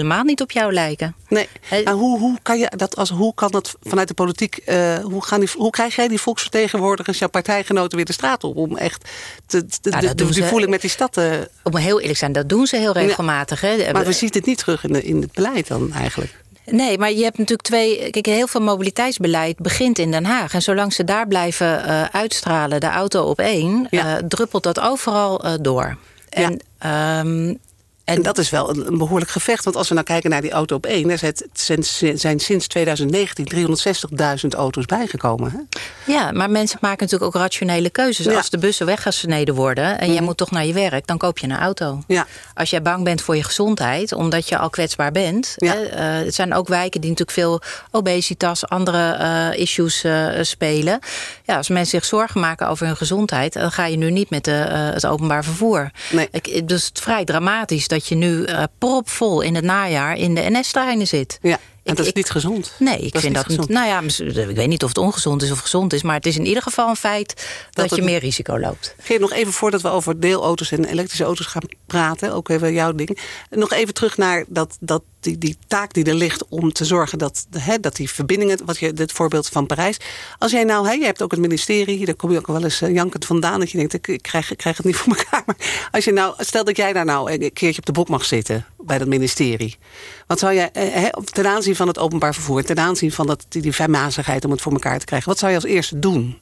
Speaker 2: op jou lijken.
Speaker 1: Nee.
Speaker 2: He,
Speaker 1: nou, hoe, hoe, kan je dat als, hoe kan dat vanuit de politiek... Uh, hoe, gaan die, hoe krijg jij die volksvertegenwoordigers, jouw partijgenoten weer de straat op... om echt te, te,
Speaker 2: nou,
Speaker 1: de, de, die voeling met die stad te...
Speaker 2: Om heel eerlijk zijn, dat doen ze heel regelmatig. Ja, hè.
Speaker 1: Maar we zien het niet terug in, de, in het beleid dan eigenlijk.
Speaker 2: Nee, maar je hebt natuurlijk twee... Kijk, heel veel mobiliteitsbeleid begint in Den Haag. En zolang ze daar blijven uh, uitstralen, de auto op één... Ja. Uh, druppelt dat overal uh, door. En... Ja. Um,
Speaker 1: En, en dat is wel een, een behoorlijk gevecht. Want als we nou kijken naar die auto op één... er zijn, zijn sinds twintig negentien driehonderdzestigduizend auto's bijgekomen. Hè?
Speaker 2: Ja, maar mensen maken natuurlijk ook rationele keuzes. Ja. Als de bussen weggesneden worden en mm. jij moet toch naar je werk... dan koop je een auto. Ja. Als jij bang bent voor je gezondheid, omdat je al kwetsbaar bent... Ja. Hè, uh, het zijn ook wijken die natuurlijk veel obesitas... andere uh, issues uh, spelen. Ja, als mensen zich zorgen maken over hun gezondheid... dan ga je nu niet met de, uh, het openbaar vervoer. Nee. Ik, dus het is vrij dramatisch... dat je nu uh, propvol in het najaar in de N S-treinen zit.
Speaker 1: Ja, en
Speaker 2: ik,
Speaker 1: dat is
Speaker 2: ik,
Speaker 1: niet gezond.
Speaker 2: Nee, ik
Speaker 1: dat
Speaker 2: vind dat
Speaker 1: gezond.
Speaker 2: Nou ja, ik weet niet of het ongezond is of gezond is... maar het is in ieder geval een feit dat, dat je het, meer risico loopt.
Speaker 1: Geef nog even voordat we over deelauto's en elektrische auto's gaan praten... ook even jouw ding. Nog even terug naar dat, dat die, die taak die er ligt om te zorgen... dat, hè, dat die verbindingen, wat je het voorbeeld van Parijs... als jij nou, hè, je hebt ook het ministerie... daar kom je ook wel eens uh, jankend vandaan... dat je denkt, ik, ik, krijg, ik krijg het niet voor elkaar. Maar als je nou, stel dat jij daar nou een keertje op de bok mag zitten... bij dat ministerie. Wat zou jij, hè, ten aanzien van het openbaar vervoer... ten aanzien van dat, die, die fijnmazigheid om het voor elkaar te krijgen... wat zou je als eerste doen?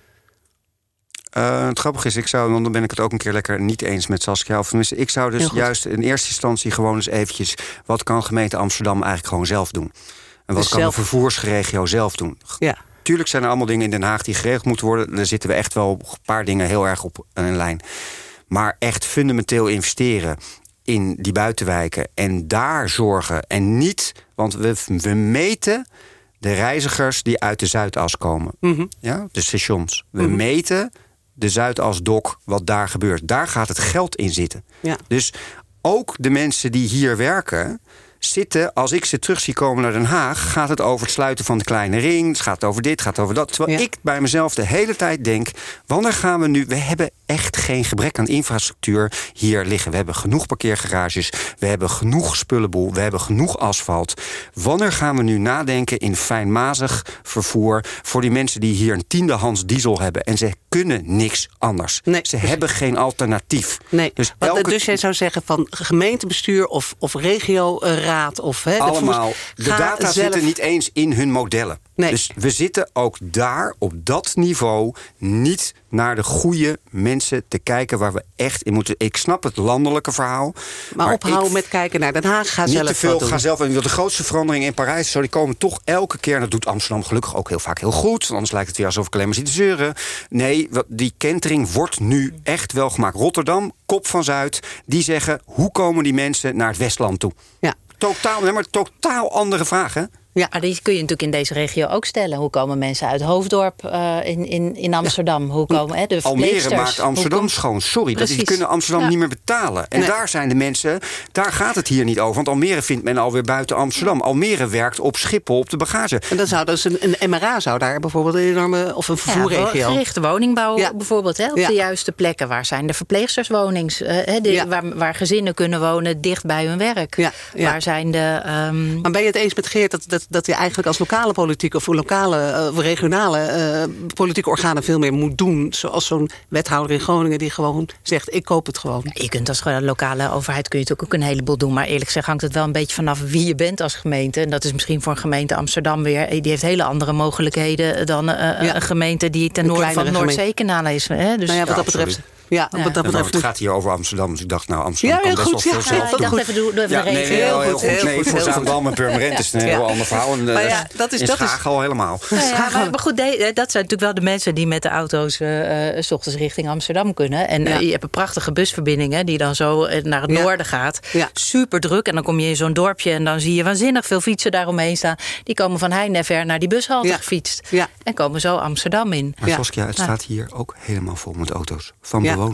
Speaker 3: Uh, het grappige is, ik zou, want dan ben ik het ook een keer lekker niet eens met Saskia. Of tenminste, ik zou dus juist in eerste instantie gewoon eens eventjes... wat kan gemeente Amsterdam eigenlijk gewoon zelf doen? En wat dus kan zelf... de vervoersregio zelf doen? Ja. Tuurlijk zijn er allemaal dingen in Den Haag die geregeld moeten worden. Daar zitten we echt wel een paar dingen heel erg op een lijn. Maar echt fundamenteel investeren in die buitenwijken en daar zorgen. En niet, want we, we meten de reizigers die uit de Zuidas komen. Mm-hmm. Ja, de stations. We mm-hmm. meten de Zuidas-dok, wat daar gebeurt. Daar gaat het geld in zitten. Ja. Dus ook de mensen die hier werken... zitten, als ik ze terug zie komen naar Den Haag... gaat het over het sluiten van de kleine ring... het gaat over dit, het gaat over dat. Terwijl ja. ik bij mezelf de hele tijd denk... wanneer gaan we nu... we hebben echt geen gebrek aan infrastructuur hier liggen. We hebben genoeg parkeergarages... we hebben genoeg spullenboel... we hebben genoeg asfalt. Wanneer gaan we nu nadenken in fijnmazig vervoer... voor die mensen die hier een tiendehands diesel hebben... en ze kunnen niks anders. Nee. Ze dus... hebben geen alternatief.
Speaker 1: Nee. Dus, Wat, elke... dus jij zou zeggen van gemeentebestuur of, of regio... Uh, Raad of, he,
Speaker 3: allemaal. De, de data zelf... zitten niet eens in hun modellen. Nee. Dus we zitten ook daar op dat niveau niet naar de goede mensen te kijken waar we echt in moeten. Ik snap het landelijke verhaal.
Speaker 1: Maar, maar ophouden ik, met kijken naar Den Haag. Ga
Speaker 3: niet
Speaker 1: zelf
Speaker 3: te veel. Ga zelf. En de grootste verandering in Parijs, zo, die komen toch elke keer. En dat doet Amsterdam gelukkig ook heel vaak heel goed. Anders lijkt het weer alsof ik alleen maar zit te zeuren. Nee, die kentering wordt nu echt wel gemaakt. Rotterdam, kop van Zuid, die zeggen: hoe komen die mensen naar het Westland toe? Ja. Totaal, nee, maar totaal andere vragen.
Speaker 2: Ja, maar die kun je natuurlijk in deze regio ook stellen. Hoe komen mensen uit Hoofddorp uh, in, in, in Amsterdam? Hoe komen, hè, de
Speaker 3: Almere maakt Amsterdam kom... schoon. Sorry, dat die kunnen Amsterdam ja. niet meer betalen. En nee. daar zijn de mensen, daar gaat het hier niet over. Want Almere vindt men alweer buiten Amsterdam. Almere werkt op Schiphol, op de bagage.
Speaker 1: En dan zou dus een, een M R A zou daar bijvoorbeeld een enorme, of een vervoerregio.
Speaker 2: Ja, gerichte woningbouw ja. bijvoorbeeld, hè, op ja. de juiste plekken. Waar zijn de verpleegsterswonings? Uh, hè, de, ja. waar, waar gezinnen kunnen wonen dicht bij hun werk. Ja. Ja. Waar zijn de... Um...
Speaker 1: Maar ben je het eens met Geert dat, dat, dat je eigenlijk als lokale politiek of lokale of regionale uh, politieke organen veel meer moet doen, zoals zo'n wethouder in Groningen die gewoon zegt: ik koop het gewoon.
Speaker 2: Je kunt als lokale overheid kun je natuurlijk ook een heleboel doen, maar eerlijk gezegd hangt het wel een beetje vanaf wie je bent als gemeente. En dat is misschien voor een gemeente Amsterdam weer, die heeft hele andere mogelijkheden dan uh, ja. een gemeente die ten noorden van het Noordzeekanaal is. Hè? Dus
Speaker 1: nou ja, wat dat betreft. Ja,
Speaker 3: ja.
Speaker 1: Wat dat betreft,
Speaker 3: het gaat hier over Amsterdam, dus ik dacht, nou, Amsterdam
Speaker 1: ja,
Speaker 3: kan best
Speaker 1: goed,
Speaker 3: wel
Speaker 1: ja,
Speaker 3: veel zelf
Speaker 2: ja,
Speaker 3: doen.
Speaker 2: Ik dacht even, doe, doe even
Speaker 3: ja,
Speaker 2: de regio.
Speaker 3: Nee, heel,
Speaker 1: heel,
Speaker 3: heel goed.
Speaker 1: Heel
Speaker 3: nee,
Speaker 1: goed,
Speaker 3: voor Zaandam en Purmerend is een ja. heel ander verhaal. En,
Speaker 1: maar ja, dat is,
Speaker 3: in
Speaker 1: dat
Speaker 3: Schagen
Speaker 1: is...
Speaker 3: al helemaal.
Speaker 2: Ja, ja, maar, maar goed, dat zijn natuurlijk wel de mensen die met de auto's uh, uh, 's ochtends richting Amsterdam kunnen. En ja. uh, je hebt een prachtige busverbindingen die dan zo naar het ja. noorden gaat. Ja. Super druk. En dan kom je in zo'n dorpje en dan zie je waanzinnig veel fietsen daaromheen staan. Die komen van heinde en ver naar die bushalte ja. gefietst. Ja. En komen zo Amsterdam in.
Speaker 3: Maar
Speaker 1: ja.
Speaker 3: Saskia, het ja. staat hier ook helemaal vol met auto's van ja. bewoners.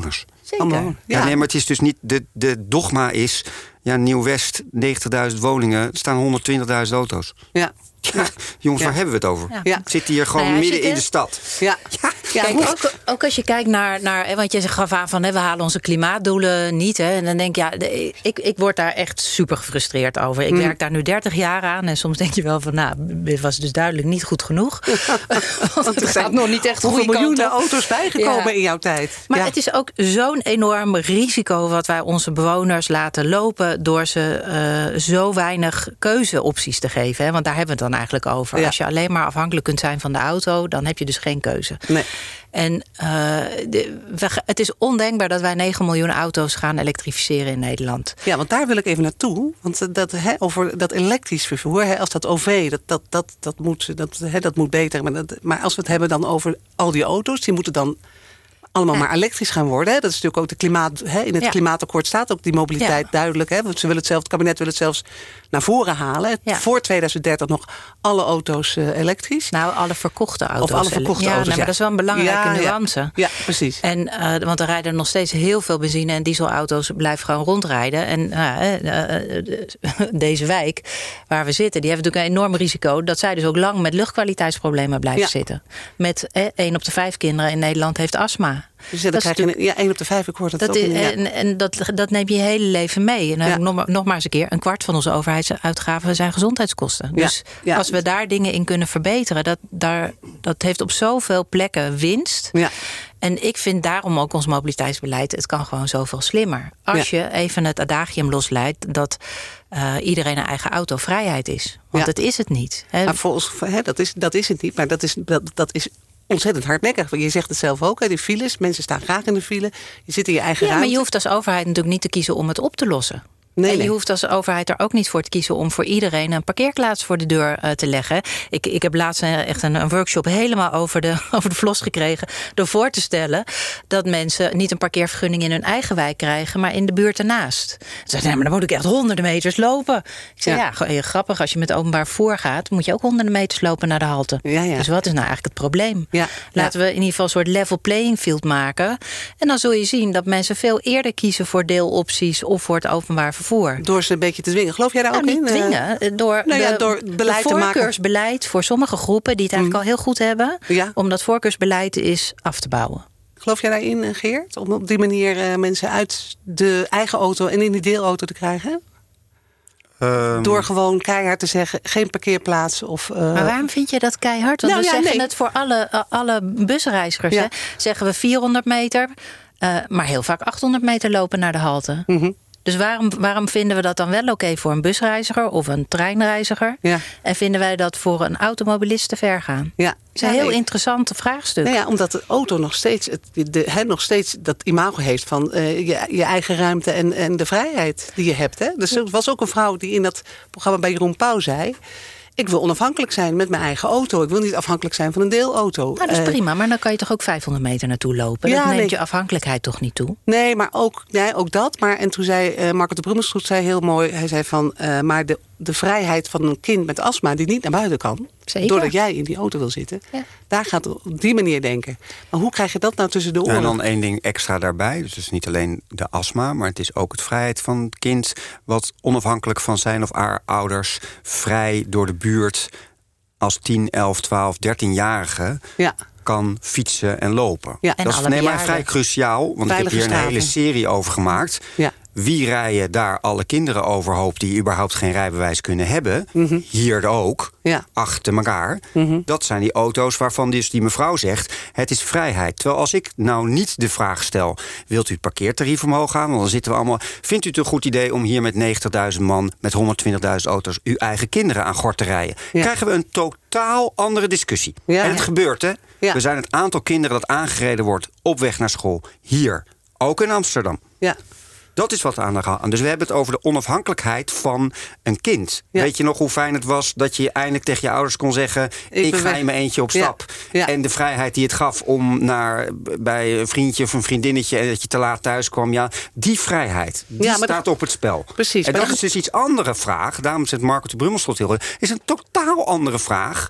Speaker 2: Zeker.
Speaker 1: Allemaal,
Speaker 3: Ja. Ja, nee, maar het is dus niet... De, de dogma is... Ja, Nieuw-West, negentigduizend woningen... er staan honderdtwintigduizend auto's.
Speaker 1: Ja.
Speaker 3: Ja, jongens,
Speaker 1: Ja.
Speaker 3: waar hebben we het over?
Speaker 2: Ja.
Speaker 1: Ja.
Speaker 3: Ik zit hier gewoon
Speaker 2: Nou ja,
Speaker 3: midden
Speaker 2: zit,
Speaker 3: in de stad.
Speaker 1: Ja.
Speaker 3: Ja.
Speaker 1: Ja,
Speaker 2: Kijk,
Speaker 1: goed.
Speaker 2: ook, ook als je kijkt naar, naar want je gaf aan van hè, we halen onze klimaatdoelen niet. Hè, en dan denk je, ja, de, ik, ik word daar echt super gefrustreerd over. Ik
Speaker 1: Mm.
Speaker 2: werk daar nu dertig jaar aan en soms denk je wel van, nou, dit was dus duidelijk niet goed genoeg. Want het
Speaker 1: er zijn
Speaker 2: gaat nog niet echt
Speaker 1: hoeveel
Speaker 2: goede kant
Speaker 1: miljoenen
Speaker 2: op.
Speaker 1: auto's bijgekomen
Speaker 2: Ja.
Speaker 1: in jouw tijd.
Speaker 2: Maar
Speaker 1: ja.
Speaker 2: het is ook zo'n enorm risico wat wij onze bewoners laten lopen door ze uh, zo weinig keuzeopties te geven. Hè? Want daar hebben we het dan eigenlijk over.
Speaker 1: Ja.
Speaker 2: Als je alleen maar afhankelijk kunt zijn van de auto, dan heb je dus geen keuze.
Speaker 1: Nee.
Speaker 2: En uh, de, we, het is ondenkbaar dat wij negen miljoen auto's gaan elektrificeren in Nederland.
Speaker 1: Ja, want daar wil ik even naartoe. Want dat, hè, over dat elektrisch vervoer, hè, als dat O V, dat, dat, dat, dat, moet, dat, hè, dat moet beter. Maar, dat, maar als we het hebben dan over al die auto's, die moeten dan allemaal
Speaker 2: Ja.
Speaker 1: maar elektrisch gaan worden. Hè. Dat is natuurlijk ook de klimaat. Hè, in het
Speaker 2: Ja.
Speaker 1: klimaatakkoord staat ook die mobiliteit
Speaker 2: Ja.
Speaker 1: duidelijk. Hè, want ze willen het, zelf, het kabinet wil het zelfs naar voren halen.
Speaker 2: Ja.
Speaker 1: Voor tweeduizend dertig nog alle auto's uh, elektrisch.
Speaker 2: Nou, alle verkochte auto's.
Speaker 1: Of alle verkochte
Speaker 2: ja,
Speaker 1: auto's,
Speaker 2: nee, maar
Speaker 1: ja.
Speaker 2: dat is wel een belangrijke
Speaker 1: Ja, ja.
Speaker 2: nuance.
Speaker 1: Ja, precies.
Speaker 2: En, uh, want er rijden nog steeds heel veel benzine- en dieselauto's blijven gewoon rondrijden. En uh, uh, uh, deze wijk waar we zitten, die heeft natuurlijk een enorm risico dat zij dus ook lang met luchtkwaliteitsproblemen blijven
Speaker 1: Ja.
Speaker 2: zitten. Met eh, één op de vijf kinderen in Nederland heeft astma.
Speaker 1: Dus ja, dan
Speaker 2: dat
Speaker 1: krijg
Speaker 2: is
Speaker 1: je een, ja, één op de vijf, ik hoor dat,
Speaker 2: Dat
Speaker 1: ook.
Speaker 2: is,
Speaker 1: in, ja.
Speaker 2: en en dat, dat neem je je hele leven mee. En dan
Speaker 1: Ja.
Speaker 2: heb ik nog, maar, nog maar eens een keer, een kwart van onze overheidsuitgaven zijn gezondheidskosten.
Speaker 1: Ja.
Speaker 2: Dus
Speaker 1: Ja.
Speaker 2: als we daar dingen in kunnen verbeteren, dat, daar, dat heeft op zoveel plekken winst.
Speaker 1: Ja.
Speaker 2: En ik vind daarom ook ons mobiliteitsbeleid, het kan gewoon zoveel slimmer. Als
Speaker 1: Ja.
Speaker 2: je even het adagium losleidt dat uh, iedereen een eigen auto vrijheid is. Want
Speaker 1: Ja.
Speaker 2: dat is het niet. Hè.
Speaker 1: Maar volgens, hè, dat, is, dat is het niet, maar dat is, dat, dat is ontzettend hardnekkig. Je zegt het zelf ook, hè, die files. Mensen staan graag in de file. Je zit in je eigen
Speaker 2: Ja,
Speaker 1: ruimte.
Speaker 2: maar je hoeft als overheid natuurlijk niet te kiezen om het op te lossen.
Speaker 1: Nee,
Speaker 2: en je
Speaker 1: nee.
Speaker 2: hoeft als overheid er ook niet voor te kiezen om voor iedereen een parkeerplaats voor de deur uh, te leggen. Ik, ik heb laatst echt een, een workshop helemaal over de, over de vlos gekregen. Door voor te stellen dat mensen niet een parkeervergunning in hun eigen wijk krijgen, maar in de buurt ernaast. Ze zeiden, nee, maar dan moet ik echt honderden meters lopen. Ik zei, ja, ja grappig, als je met openbaar vervoer gaat, moet je ook honderden meters lopen naar de halte.
Speaker 1: Ja, ja.
Speaker 2: Dus wat is nou eigenlijk het probleem?
Speaker 1: Ja,
Speaker 2: Laten
Speaker 1: ja.
Speaker 2: we in ieder geval een soort level playing field maken. En dan zul je zien dat mensen veel eerder kiezen voor deelopties of voor het openbaar vervoer.
Speaker 1: Door ze een beetje te dwingen. Geloof jij daar
Speaker 2: Nou,
Speaker 1: ook
Speaker 2: niet
Speaker 1: in?
Speaker 2: dwingen. Door,
Speaker 1: nou ja,
Speaker 2: de,
Speaker 1: door beleid
Speaker 2: de
Speaker 1: te maken.
Speaker 2: voorkeursbeleid voor sommige groepen die het eigenlijk
Speaker 1: Mm.
Speaker 2: al heel goed hebben.
Speaker 1: Ja.
Speaker 2: Om dat voorkeursbeleid is af te bouwen.
Speaker 1: Geloof jij daarin, Geert? Om op die manier uh, mensen uit de eigen auto en in die deelauto te krijgen? Um, Door gewoon keihard te zeggen, geen parkeerplaats. Of, uh...
Speaker 2: Maar waarom vind je dat keihard? Want
Speaker 1: nou,
Speaker 2: we
Speaker 1: ja,
Speaker 2: zeggen
Speaker 1: nee.
Speaker 2: het voor alle, uh, alle busreizigers.
Speaker 1: Ja.
Speaker 2: Hè? Zeggen we vierhonderd meter, uh, maar heel vaak achthonderd meter lopen naar de halte.
Speaker 1: Mm-hmm.
Speaker 2: Dus waarom, waarom vinden we dat dan wel oké okay voor een busreiziger of een treinreiziger?
Speaker 1: Ja.
Speaker 2: En vinden wij dat voor een automobilist te ver gaan?
Speaker 1: Ja.
Speaker 2: Dat is een
Speaker 1: ja,
Speaker 2: heel
Speaker 1: nee.
Speaker 2: interessant vraagstuk.
Speaker 1: Nou ja, omdat de auto nog steeds, het, de, he, nog steeds dat imago heeft van uh, je, je eigen ruimte en, en de vrijheid die je hebt. Hè? Dus er was ook een vrouw die in dat programma bij Jeroen Pauw zei, ik wil onafhankelijk zijn met mijn eigen auto. Ik wil niet afhankelijk zijn van een deelauto.
Speaker 2: Nou, dat is
Speaker 1: uh,
Speaker 2: prima, maar dan kan je toch ook vijfhonderd meter naartoe lopen?
Speaker 1: Ja,
Speaker 2: dat neemt
Speaker 1: nee.
Speaker 2: je afhankelijkheid toch niet toe?
Speaker 1: Nee, maar ook, nee, ook dat. Maar, en toen zei uh, Marco de Brummerstroet zei heel mooi, hij zei van, uh, maar de, de vrijheid van een kind met astma die niet naar buiten kan,
Speaker 2: Zeker.
Speaker 1: doordat jij in die auto wil zitten, ja. Daar gaat het op die manier denken. Maar hoe krijg je dat nou tussen de oren?
Speaker 3: En dan één ding extra daarbij. Dus het is niet alleen de astma, maar het is ook het vrijheid van het kind, wat onafhankelijk van zijn of haar ouders vrij door de buurt als tien, elf, twaalf, dertienjarige
Speaker 1: ja.
Speaker 3: kan fietsen en lopen.
Speaker 1: Ja.
Speaker 2: En
Speaker 3: dat is
Speaker 2: alle
Speaker 3: nee, maar
Speaker 2: bejaarden.
Speaker 3: vrij cruciaal, want
Speaker 1: Veilige
Speaker 3: ik heb hier een
Speaker 1: straten.
Speaker 3: hele serie over gemaakt.
Speaker 1: Ja.
Speaker 3: Wie rijden daar alle kinderen overhoop die überhaupt geen rijbewijs kunnen hebben?
Speaker 1: Mm-hmm.
Speaker 3: Hier ook,
Speaker 1: ja.
Speaker 3: achter elkaar.
Speaker 1: Mm-hmm.
Speaker 3: Dat zijn die auto's waarvan dus die mevrouw zegt, het is vrijheid. Terwijl als ik nou niet de vraag stel, wilt u het parkeertarief omhoog gaan? Want dan zitten we allemaal, vindt u het een goed idee om hier met negentigduizend man, met honderdtwintigduizend auto's, uw eigen kinderen aan gort te rijden? Ja. Krijgen we een totaal andere discussie.
Speaker 1: Ja.
Speaker 3: En het gebeurt, hè?
Speaker 1: Ja.
Speaker 3: We zijn het aantal kinderen dat aangereden wordt op weg naar school. Hier, ook in Amsterdam.
Speaker 1: Ja.
Speaker 3: Dat is wat aan de hand. Dus we hebben het over de onafhankelijkheid van een kind. Ja. Weet je nog hoe fijn het was dat je eindelijk tegen je ouders kon zeggen, ik, ik ga weg. in mijn eentje op stap. Ja. Ja. En de vrijheid die het gaf om naar bij een vriendje of een vriendinnetje en dat je te laat thuis kwam. Ja, die vrijheid, die ja, staat dat, op het spel.
Speaker 1: Precies.
Speaker 3: En dat is dus iets andere vraag. Daarom zegt Marco de Brummerstroet heel goed. Is een totaal andere vraag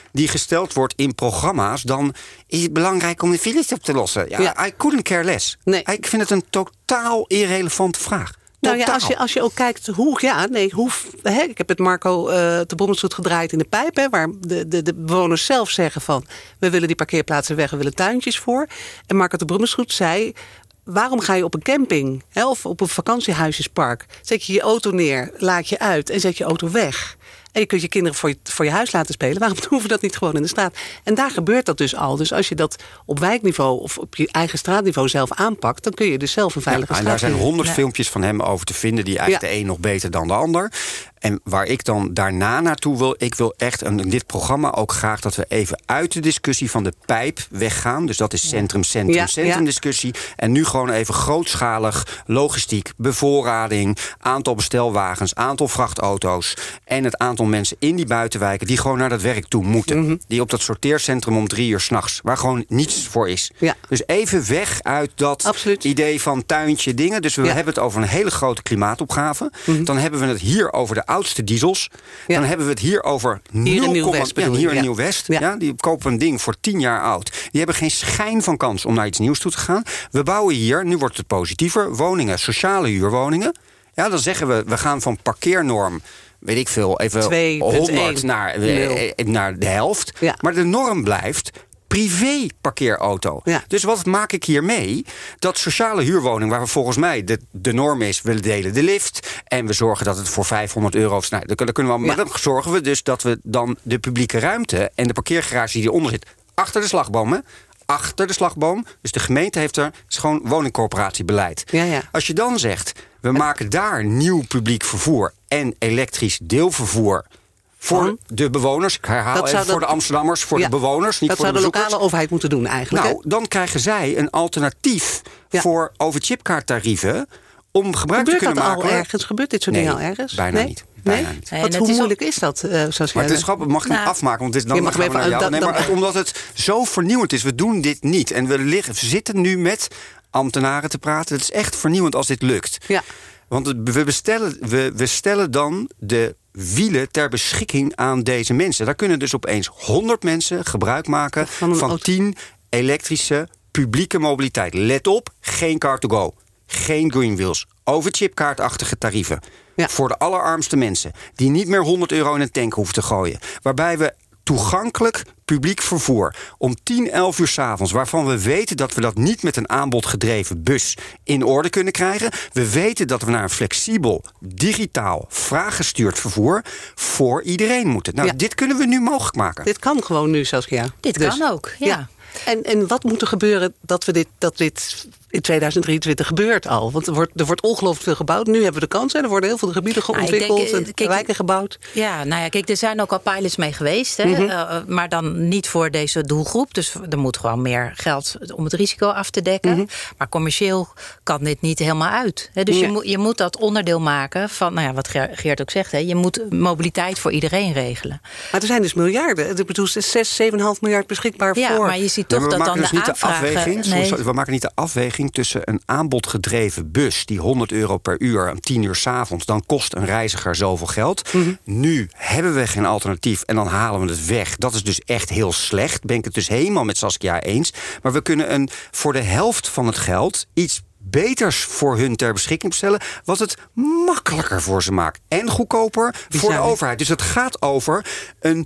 Speaker 3: die gesteld wordt in programma's, dan is het belangrijk om de files op te lossen. Ja, ja. I couldn't care less. Nee. Ik vind het een totaal irrelevante vraag.
Speaker 1: Nou ja, als je, als je ook kijkt hoe, ja, nee, hoe, hè, ik heb het Marco uh, de Brommershoed gedraaid in de pijp, hè, waar de, de, de bewoners zelf zeggen van, we willen die parkeerplaatsen weg, we willen tuintjes voor. En Marco de Brommershoed zei, waarom ga je op een camping, hè, of op een vakantiehuisjespark, zet je je auto neer, laat je uit en zet je auto weg. En je kunt je kinderen voor je, voor je huis laten spelen. Waarom doen we dat niet gewoon in de straat? En daar gebeurt dat dus al. Dus als je dat op wijkniveau of op je eigen straatniveau zelf aanpakt, dan kun je dus zelf een veilige
Speaker 3: ja,
Speaker 1: straat.
Speaker 3: En daar zijn honderd ja. filmpjes van hem over te vinden, die eigenlijk ja. de een nog beter dan de ander. En waar ik dan daarna naartoe wil, ik wil echt in dit programma ook graag dat we even uit de discussie van de pijp weggaan. Dus dat is centrum, centrum, ja, centrum discussie. Ja. En nu gewoon even grootschalig logistiek, bevoorrading, aantal bestelwagens, aantal vrachtauto's en het aantal mensen in die buitenwijken die gewoon naar dat werk toe moeten. Mm-hmm. Die op dat sorteercentrum om drie uur 's nachts, waar gewoon niets voor is. Ja. Dus even weg uit dat Absoluut. idee van tuintje dingen. Dus we ja. hebben het over een hele grote klimaatopgave. Mm-hmm. Dan hebben we het hier over de oudste diesels. Ja. Dan hebben we het hier over
Speaker 1: hier in Nieuw-West.
Speaker 3: Ja, hier in ja. Nieuw-West. Ja. Ja, die kopen een ding voor tien jaar oud. Die hebben geen schijn van kans om naar iets nieuws toe te gaan. We bouwen hier, nu wordt het positiever, woningen, sociale huurwoningen. Ja, dan zeggen we, we gaan van parkeernorm, weet ik veel, even honderd naar, naar de helft. Ja. Maar de norm blijft privé parkeerauto. Ja. Dus wat maak ik hier mee? Dat sociale huurwoning, waar we volgens mij de, de norm is, we delen de lift en we zorgen dat het voor vijfhonderd euro... Nou, dan kunnen we, ja. Maar dan zorgen we dus dat we dan de publieke ruimte en de parkeergarage die eronder zit, achter de slagboom, hè? Achter de slagboom. Dus de gemeente heeft er, het is gewoon woningcorporatiebeleid. Ja, ja. Als je dan zegt, we maken daar nieuw publiek vervoer en elektrisch deelvervoer voor de bewoners, ik herhaal dat even, voor dat, de Amsterdammers, voor ja, de bewoners, niet
Speaker 1: dat
Speaker 3: voor de
Speaker 1: bezoekers. Dat zou de lokale overheid moeten doen eigenlijk.
Speaker 3: Nou,
Speaker 1: hè?
Speaker 3: Dan krijgen zij een alternatief ja. voor overchipkaarttarieven om gebruik
Speaker 1: Gebeurt
Speaker 3: te kunnen
Speaker 1: dat
Speaker 3: maken.
Speaker 1: al ergens? Gebeurt dit zo
Speaker 3: nee,
Speaker 1: niet al ergens?
Speaker 3: Bijna
Speaker 1: nee?
Speaker 3: niet. Bijna
Speaker 1: nee?
Speaker 3: niet.
Speaker 1: Nee, Wat, hoe is moeilijk is dat? Uh, zoals
Speaker 3: maar het is grappig, mag ik nou, hem afmaken? Want het is dan, dan gaan we naar jou. Dat, nee, maar dan, omdat het zo vernieuwend is. We doen dit niet. En we, liggen, we zitten nu met ambtenaren te praten. Het is echt vernieuwend als dit lukt. Ja. Want we, bestellen, we, we stellen dan de wielen ter beschikking aan deze mensen. Daar kunnen dus opeens honderd mensen gebruik maken van, van tien elektrische publieke mobiliteit. Let op, geen car to go. Geen green wheels. Overchipkaartachtige tarieven. Ja. Voor de allerarmste mensen. Die niet meer honderd euro in een tank hoeven te gooien. Waarbij we toegankelijk publiek vervoer om tien, elf uur 's avonds, waarvan we weten dat we dat niet met een aanbodgedreven bus in orde kunnen krijgen. We weten dat we naar een flexibel, digitaal, vraaggestuurd vervoer voor iedereen moeten. Nou, ja. dit kunnen we nu mogelijk maken.
Speaker 1: Dit kan gewoon nu, Saskia.
Speaker 2: Dit dus, kan ook, ja. ja.
Speaker 1: En, en wat moet er gebeuren dat we dit, dat dit in tweeduizend drieëntwintig gebeurt al? Want er wordt, er wordt ongelooflijk veel gebouwd. Nu hebben we de kans. Hè? Er worden heel veel gebieden ontwikkeld nou, en kijk, wijken gebouwd.
Speaker 2: Ja, nou ja, kijk, er zijn ook al pilots mee geweest. Hè? Mm-hmm. Uh, maar dan niet voor deze doelgroep. Dus er moet gewoon meer geld om het risico af te dekken. Mm-hmm. Maar commercieel kan dit niet helemaal uit. Hè? Dus ja. je, moet, je moet dat onderdeel maken van, nou ja, wat Geert ook zegt. Hè? Je moet mobiliteit voor iedereen regelen.
Speaker 1: Maar er zijn dus miljarden. Ik bedoel, zes, zeven komma vijf miljard beschikbaar
Speaker 2: ja,
Speaker 1: voor.
Speaker 2: Maar je ziet toch
Speaker 3: ja,
Speaker 2: dat dan
Speaker 3: dus
Speaker 2: de
Speaker 3: niet
Speaker 2: aanvragen...
Speaker 3: De afweging, nee. We maken niet de afweging tussen een aanbodgedreven bus die honderd euro per uur om tien uur 's avonds, dan kost een reiziger zoveel geld. Mm-hmm. Nu hebben we geen alternatief en dan halen we het weg. Dat is dus echt heel slecht. Ben ik het dus helemaal met Saskia eens. Maar we kunnen een voor de helft van het geld iets beters voor hun ter beschikking stellen, wat het makkelijker voor ze maakt. En goedkoper die voor de overheid. Dus het gaat over een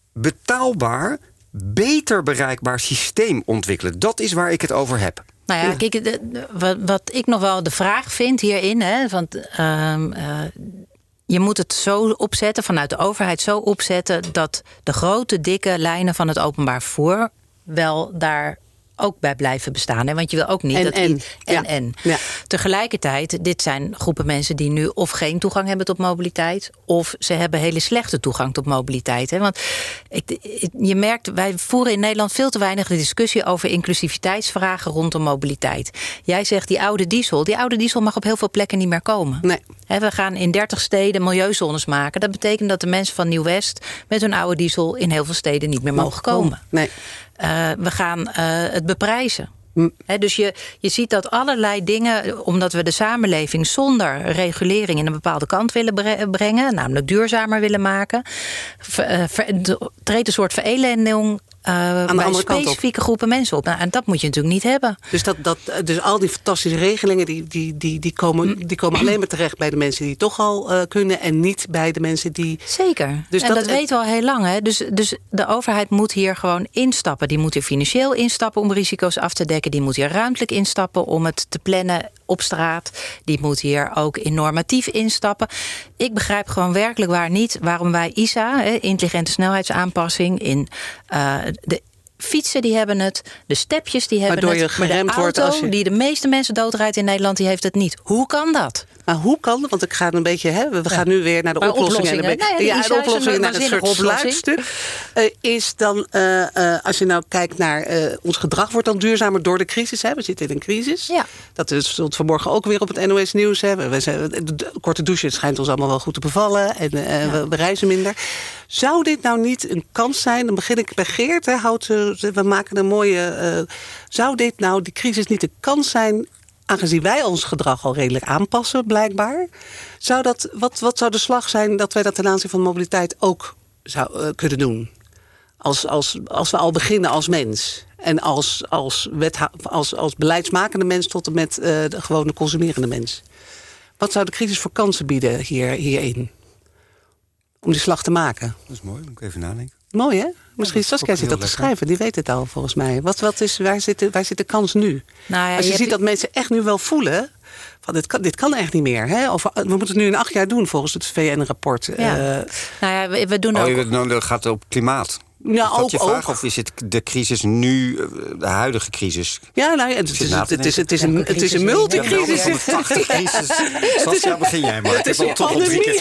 Speaker 3: betaalbaar, beter bereikbaar systeem ontwikkelen. Dat is waar ik het over heb.
Speaker 2: Nou ja, kijk, de, de, wat, wat ik nog wel de vraag vind hierin, hè, want uh, uh, je moet het zo opzetten, vanuit de overheid zo opzetten, dat de grote, dikke lijnen van het openbaar vervoer wel daar ook bij blijven bestaan. Hè? Want je wil ook niet
Speaker 1: en,
Speaker 2: dat...
Speaker 1: En,
Speaker 2: en,
Speaker 1: ja.
Speaker 2: en.
Speaker 1: Ja.
Speaker 2: Tegelijkertijd, dit zijn groepen mensen die nu of geen toegang hebben tot mobiliteit, of ze hebben hele slechte toegang tot mobiliteit. Hè? Want ik, je merkt, wij voeren in Nederland veel te weinig de discussie over inclusiviteitsvragen rondom mobiliteit. Jij zegt die oude diesel, die oude diesel mag op heel veel plekken niet meer komen.
Speaker 1: Nee.
Speaker 2: Hè, we gaan in dertig steden milieuzones maken. Dat betekent dat de mensen van Nieuw-West met hun oude diesel in heel veel steden niet meer mogen komen.
Speaker 1: Nee.
Speaker 2: Uh, we gaan uh, het beprijzen. Hm. He, dus je, je ziet dat allerlei dingen, omdat we de samenleving zonder regulering in een bepaalde kant willen bre- brengen, namelijk duurzamer willen maken, ver, ver, treedt een soort verelending Uh,
Speaker 1: aan de
Speaker 2: bij specifieke groepen mensen op. Nou, en dat moet je natuurlijk niet hebben.
Speaker 1: Dus, dat, dat, dus al die fantastische regelingen die, die, die, die, komen, die komen alleen maar terecht bij de mensen die het toch al uh, kunnen en niet bij de mensen die...
Speaker 2: Zeker.
Speaker 1: Dus
Speaker 2: en dat, dat weten we al heel lang. Hè? Dus, dus de overheid moet hier gewoon instappen. Die moet hier financieel instappen om risico's af te dekken. Die moet hier ruimtelijk instappen om het te plannen op straat. Die moet hier ook in normatief instappen. Ik begrijp gewoon werkelijk waar niet waarom wij I S A, intelligente snelheidsaanpassing, in uh, de fietsen die hebben het, de stepjes die hebben
Speaker 1: Waardoor
Speaker 2: het,
Speaker 1: je
Speaker 2: maar de
Speaker 1: geremd
Speaker 2: auto
Speaker 1: wordt als je...
Speaker 2: die de meeste mensen doodrijdt in Nederland, die heeft het niet. Hoe kan dat?
Speaker 1: Maar hoe kan dat? Want ik ga een beetje, hè, we gaan ja. nu weer naar de
Speaker 2: maar
Speaker 1: oplossingen.
Speaker 2: oplossingen.
Speaker 1: En de,
Speaker 2: nee,
Speaker 1: ja, de oplossingen naar het soort sluitstuk. Uh, is dan, uh, uh, als je nou kijkt naar uh, ons gedrag, wordt dan duurzamer door de crisis. Hè? We zitten in een crisis.
Speaker 2: Ja. Dat
Speaker 1: is tot vanmorgen ook weer op het N O S Nieuws. Hè? We zijn, de, de korte douche, het schijnt ons allemaal wel goed te bevallen. En uh, ja. we, we reizen minder. Zou dit nou niet een kans zijn? Dan begin ik bij Geert. Hè, Houd, uh, we maken een mooie... Uh, zou dit nou, die crisis niet een kans zijn, aangezien wij ons gedrag al redelijk aanpassen, blijkbaar, zou dat, wat, wat zou de slag zijn dat wij dat ten aanzien van mobiliteit ook zou, uh, kunnen doen? Als, als, als we al beginnen als mens. En als, als, wetha- als, als beleidsmakende mens tot en met uh, de gewone consumerende mens. Wat zou de crisis voor kansen bieden hier, hierin? Om die slag te maken.
Speaker 3: Dat is mooi, moet ik even nadenken.
Speaker 1: Mooi, hè? Misschien ja, Saskia zit dat te schrijven, die weet het al volgens mij. Wat, wat is, waar, zit de, waar zit de kans nu? Nou ja, Als je, je ziet hebt... dat mensen echt nu wel voelen, van dit kan, dit kan echt niet meer. Hè? Of, we moeten het nu in acht jaar doen volgens het V N-rapport.
Speaker 2: Ja. Uh, nou ja, we, we doen
Speaker 3: oh,
Speaker 2: ook...
Speaker 3: je, nou, dat gaat op klimaat.
Speaker 1: Ja,
Speaker 3: is dat
Speaker 1: ook,
Speaker 3: je vraag?
Speaker 1: ook.
Speaker 3: Of is het de crisis nu, de huidige crisis?
Speaker 1: Ja, nou ja, het, het, is, het, het, is, het, is, een, het is een multicrisis.
Speaker 3: Ja, crisis. Saskia, begin jij maar.
Speaker 1: Het is een pandemie.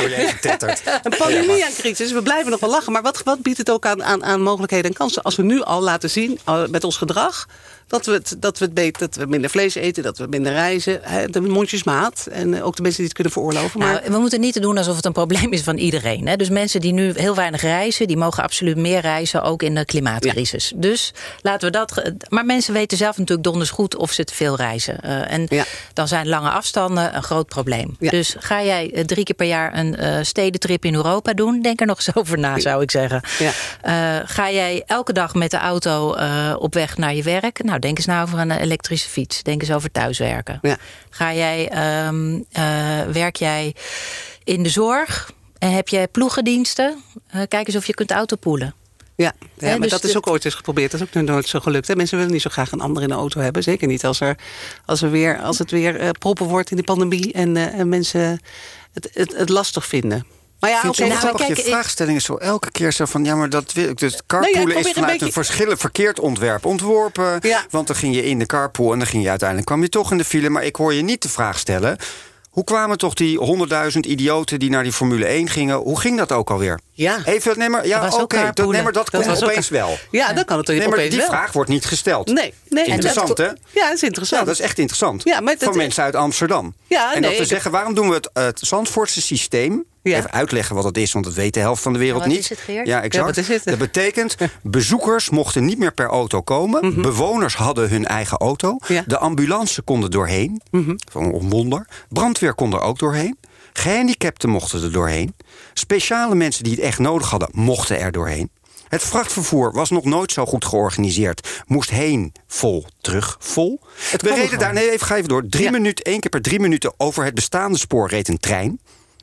Speaker 1: Een pandemie aan crisis. We blijven nog wel lachen. Maar wat, wat biedt het ook aan, aan, aan mogelijkheden en kansen? Als we nu al laten zien, met ons gedrag, dat we, het, dat, we het beter, dat we minder vlees eten, dat we minder reizen. Hè, de mondjesmaat. En ook de mensen die het kunnen veroorloven. Maar...
Speaker 2: Nou, we moeten niet doen alsof het een probleem is van iedereen. Hè? Dus mensen die nu heel weinig reizen, die mogen absoluut meer reizen, ook in de klimaatcrisis. Ja. Dus laten we dat. Maar mensen weten zelf natuurlijk donders goed of ze te veel reizen. Uh, en ja. dan zijn lange afstanden een groot probleem. Ja. Dus ga jij uh, drie keer per jaar een uh, stedentrip in Europa doen? Denk er nog eens over na, zou ik zeggen. Ja. Uh, ga jij elke dag met de auto uh, op weg naar je werk? Nou, denk eens nou over een elektrische fiets. Denk eens over thuiswerken. Ja. Ga jij, um, uh, werk jij in de zorg? En heb jij ploegendiensten? Uh, kijk eens of je kunt autopoelen.
Speaker 1: Ja, ja, ja, maar dus dat is ook ooit eens geprobeerd. Dat is ook nog nooit zo gelukt. Hè? Mensen willen niet zo graag een ander in de auto hebben. Zeker niet als, er, als, er weer, als het weer uh, proppen wordt in die pandemie en, uh, en mensen het, het, het lastig vinden. Maar ja,
Speaker 3: oké, nou, kijk, je vraagstelling is zo elke keer zo van, ja, maar dat wil ik. Dus carpoolen nee, ja, is vanuit een, beetje... een verschillend verkeerd ontwerp ontworpen. Ja. Want dan ging je in de carpool en dan ging je uiteindelijk kwam je toch in de file. Maar ik hoor je niet de vraag stellen. Hoe kwamen toch die honderdduizend idioten die naar die Formule één gingen? Hoe ging dat ook alweer?
Speaker 1: Ja,
Speaker 3: even, nee, maar, ja, oké, okay, dat, nee, maar dat, dat komt opeens ook... wel.
Speaker 1: Ja, dan kan het nee, maar opeens
Speaker 3: die
Speaker 1: wel.
Speaker 3: vraag wordt niet gesteld.
Speaker 1: Nee, nee.
Speaker 3: Interessant,
Speaker 1: dat,
Speaker 3: hè?
Speaker 1: Ja, dat is interessant.
Speaker 3: Ja, dat is echt interessant. Ja, maar dat, voor mensen uit Amsterdam.
Speaker 1: Ja,
Speaker 3: en
Speaker 1: nee,
Speaker 3: dat we
Speaker 1: ik...
Speaker 3: zeggen, waarom doen we het, het Zandvoortse systeem? Ja. Even uitleggen wat dat is, want dat weet de helft van de wereld
Speaker 2: wat
Speaker 3: niet.
Speaker 2: Is het, Geert?
Speaker 3: Ja, exact.
Speaker 1: Ja, het?
Speaker 3: Dat betekent, bezoekers mochten niet meer per auto komen. Mm-hmm. Bewoners hadden hun eigen auto. Ja. De ambulance kon er doorheen. Mm-hmm. Een wonder. Brandweer kon er ook doorheen. Gehandicapten mochten er doorheen. Speciale mensen die het echt nodig hadden, mochten er doorheen. Het vrachtvervoer was nog nooit zo goed georganiseerd. Moest heen vol, terug vol. Het We reden daar, nee, even ga even door. Drie ja. minuten, één keer per drie minuten over het bestaande spoor reed een trein.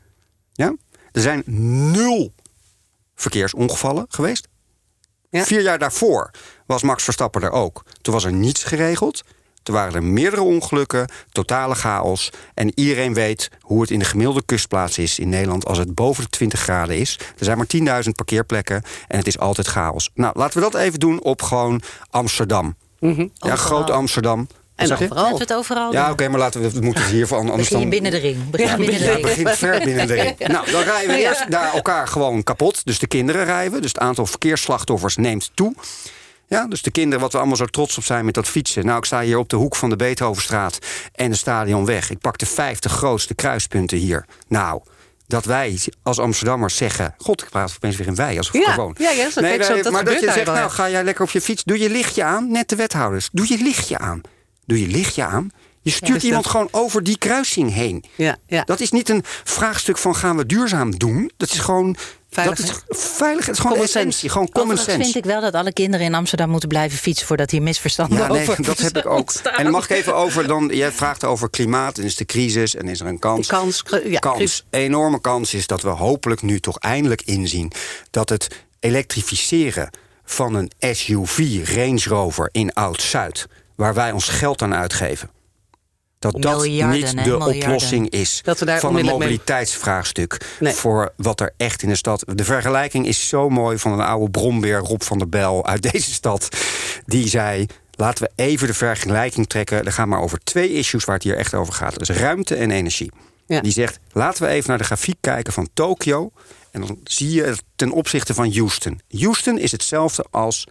Speaker 3: Ja? Er zijn nul verkeersongevallen geweest. Ja. Vier jaar daarvoor was Max Verstappen er ook. Toen was er niets geregeld. Toen waren er meerdere ongelukken, totale chaos. En iedereen weet hoe het in de gemiddelde kustplaats is in Nederland als het boven de twintig graden is. Er zijn maar tienduizend parkeerplekken en het is altijd chaos. Nou, laten we dat even doen op gewoon Amsterdam. Mm-hmm. Ja, groot Amsterdam.
Speaker 1: En overal.
Speaker 2: Laten we het overal doen.
Speaker 3: Ja, oké, okay, maar laten we, we moeten het hier voor anders
Speaker 2: Begin je binnen de ring. Begin
Speaker 3: ja,
Speaker 2: binnen de ring.
Speaker 3: begint ver binnen de ring. Nou, dan rijden we ja. eerst daar elkaar gewoon kapot. Dus de kinderen rijden. Dus het aantal verkeersslachtoffers neemt toe. Ja, dus de kinderen, wat we allemaal zo trots op zijn met dat fietsen. Nou, ik sta hier op de hoek van de Beethovenstraat en de Stadionweg. Ik pak de vijftig grootste kruispunten hier. Nou, dat wij als Amsterdammers zeggen... God, ik praat opeens weer in wij, alsof ik
Speaker 1: ja,
Speaker 3: gewoon...
Speaker 1: Ja, ja, zo,
Speaker 3: nee,
Speaker 1: kijk,
Speaker 3: nee,
Speaker 1: zo, dat
Speaker 3: maar dat je zegt,
Speaker 1: wel,
Speaker 3: nou, ga jij lekker op je fiets. Doe je lichtje aan, net de wethouders. Doe je lichtje aan. Doe je lichtje aan. Je stuurt ja, iemand dat... gewoon over die kruising heen.
Speaker 1: Ja, ja.
Speaker 3: Dat is niet een vraagstuk van gaan we duurzaam doen. Dat is gewoon... Veiligheid. Dat is veilig. Het is gewoon essentie. Gewoon common sense.
Speaker 2: vind ik wel dat alle kinderen in Amsterdam moeten blijven fietsen voordat hier misverstanden
Speaker 3: ja, nee,
Speaker 2: over
Speaker 3: dat heb ik ook. Ontstaan. En dan mag ik even over, dan, jij vraagt over klimaat en is de crisis en is er een kans.
Speaker 1: Die kans, ja,
Speaker 3: kans. Enorme kans is dat we hopelijk nu toch eindelijk inzien dat het elektrificeren van een S U V Range Rover in Oud-Zuid, waar wij ons geld aan uitgeven, dat dat
Speaker 2: miljarden,
Speaker 3: niet
Speaker 2: hè,
Speaker 3: de
Speaker 2: miljarden.
Speaker 3: oplossing is
Speaker 1: dat we daar
Speaker 3: van een mobiliteitsvraagstuk. Nee. Voor wat er echt in de stad... De vergelijking is zo mooi van een oude brombeer, Rob van der Bel, uit deze stad. Die zei, laten we even de vergelijking trekken. Er gaan maar over twee issues waar het hier echt over gaat. Dus ruimte en energie. Ja. Die zegt, laten we even naar de grafiek kijken van Tokio. En dan zie je het ten opzichte van Houston. Houston is hetzelfde als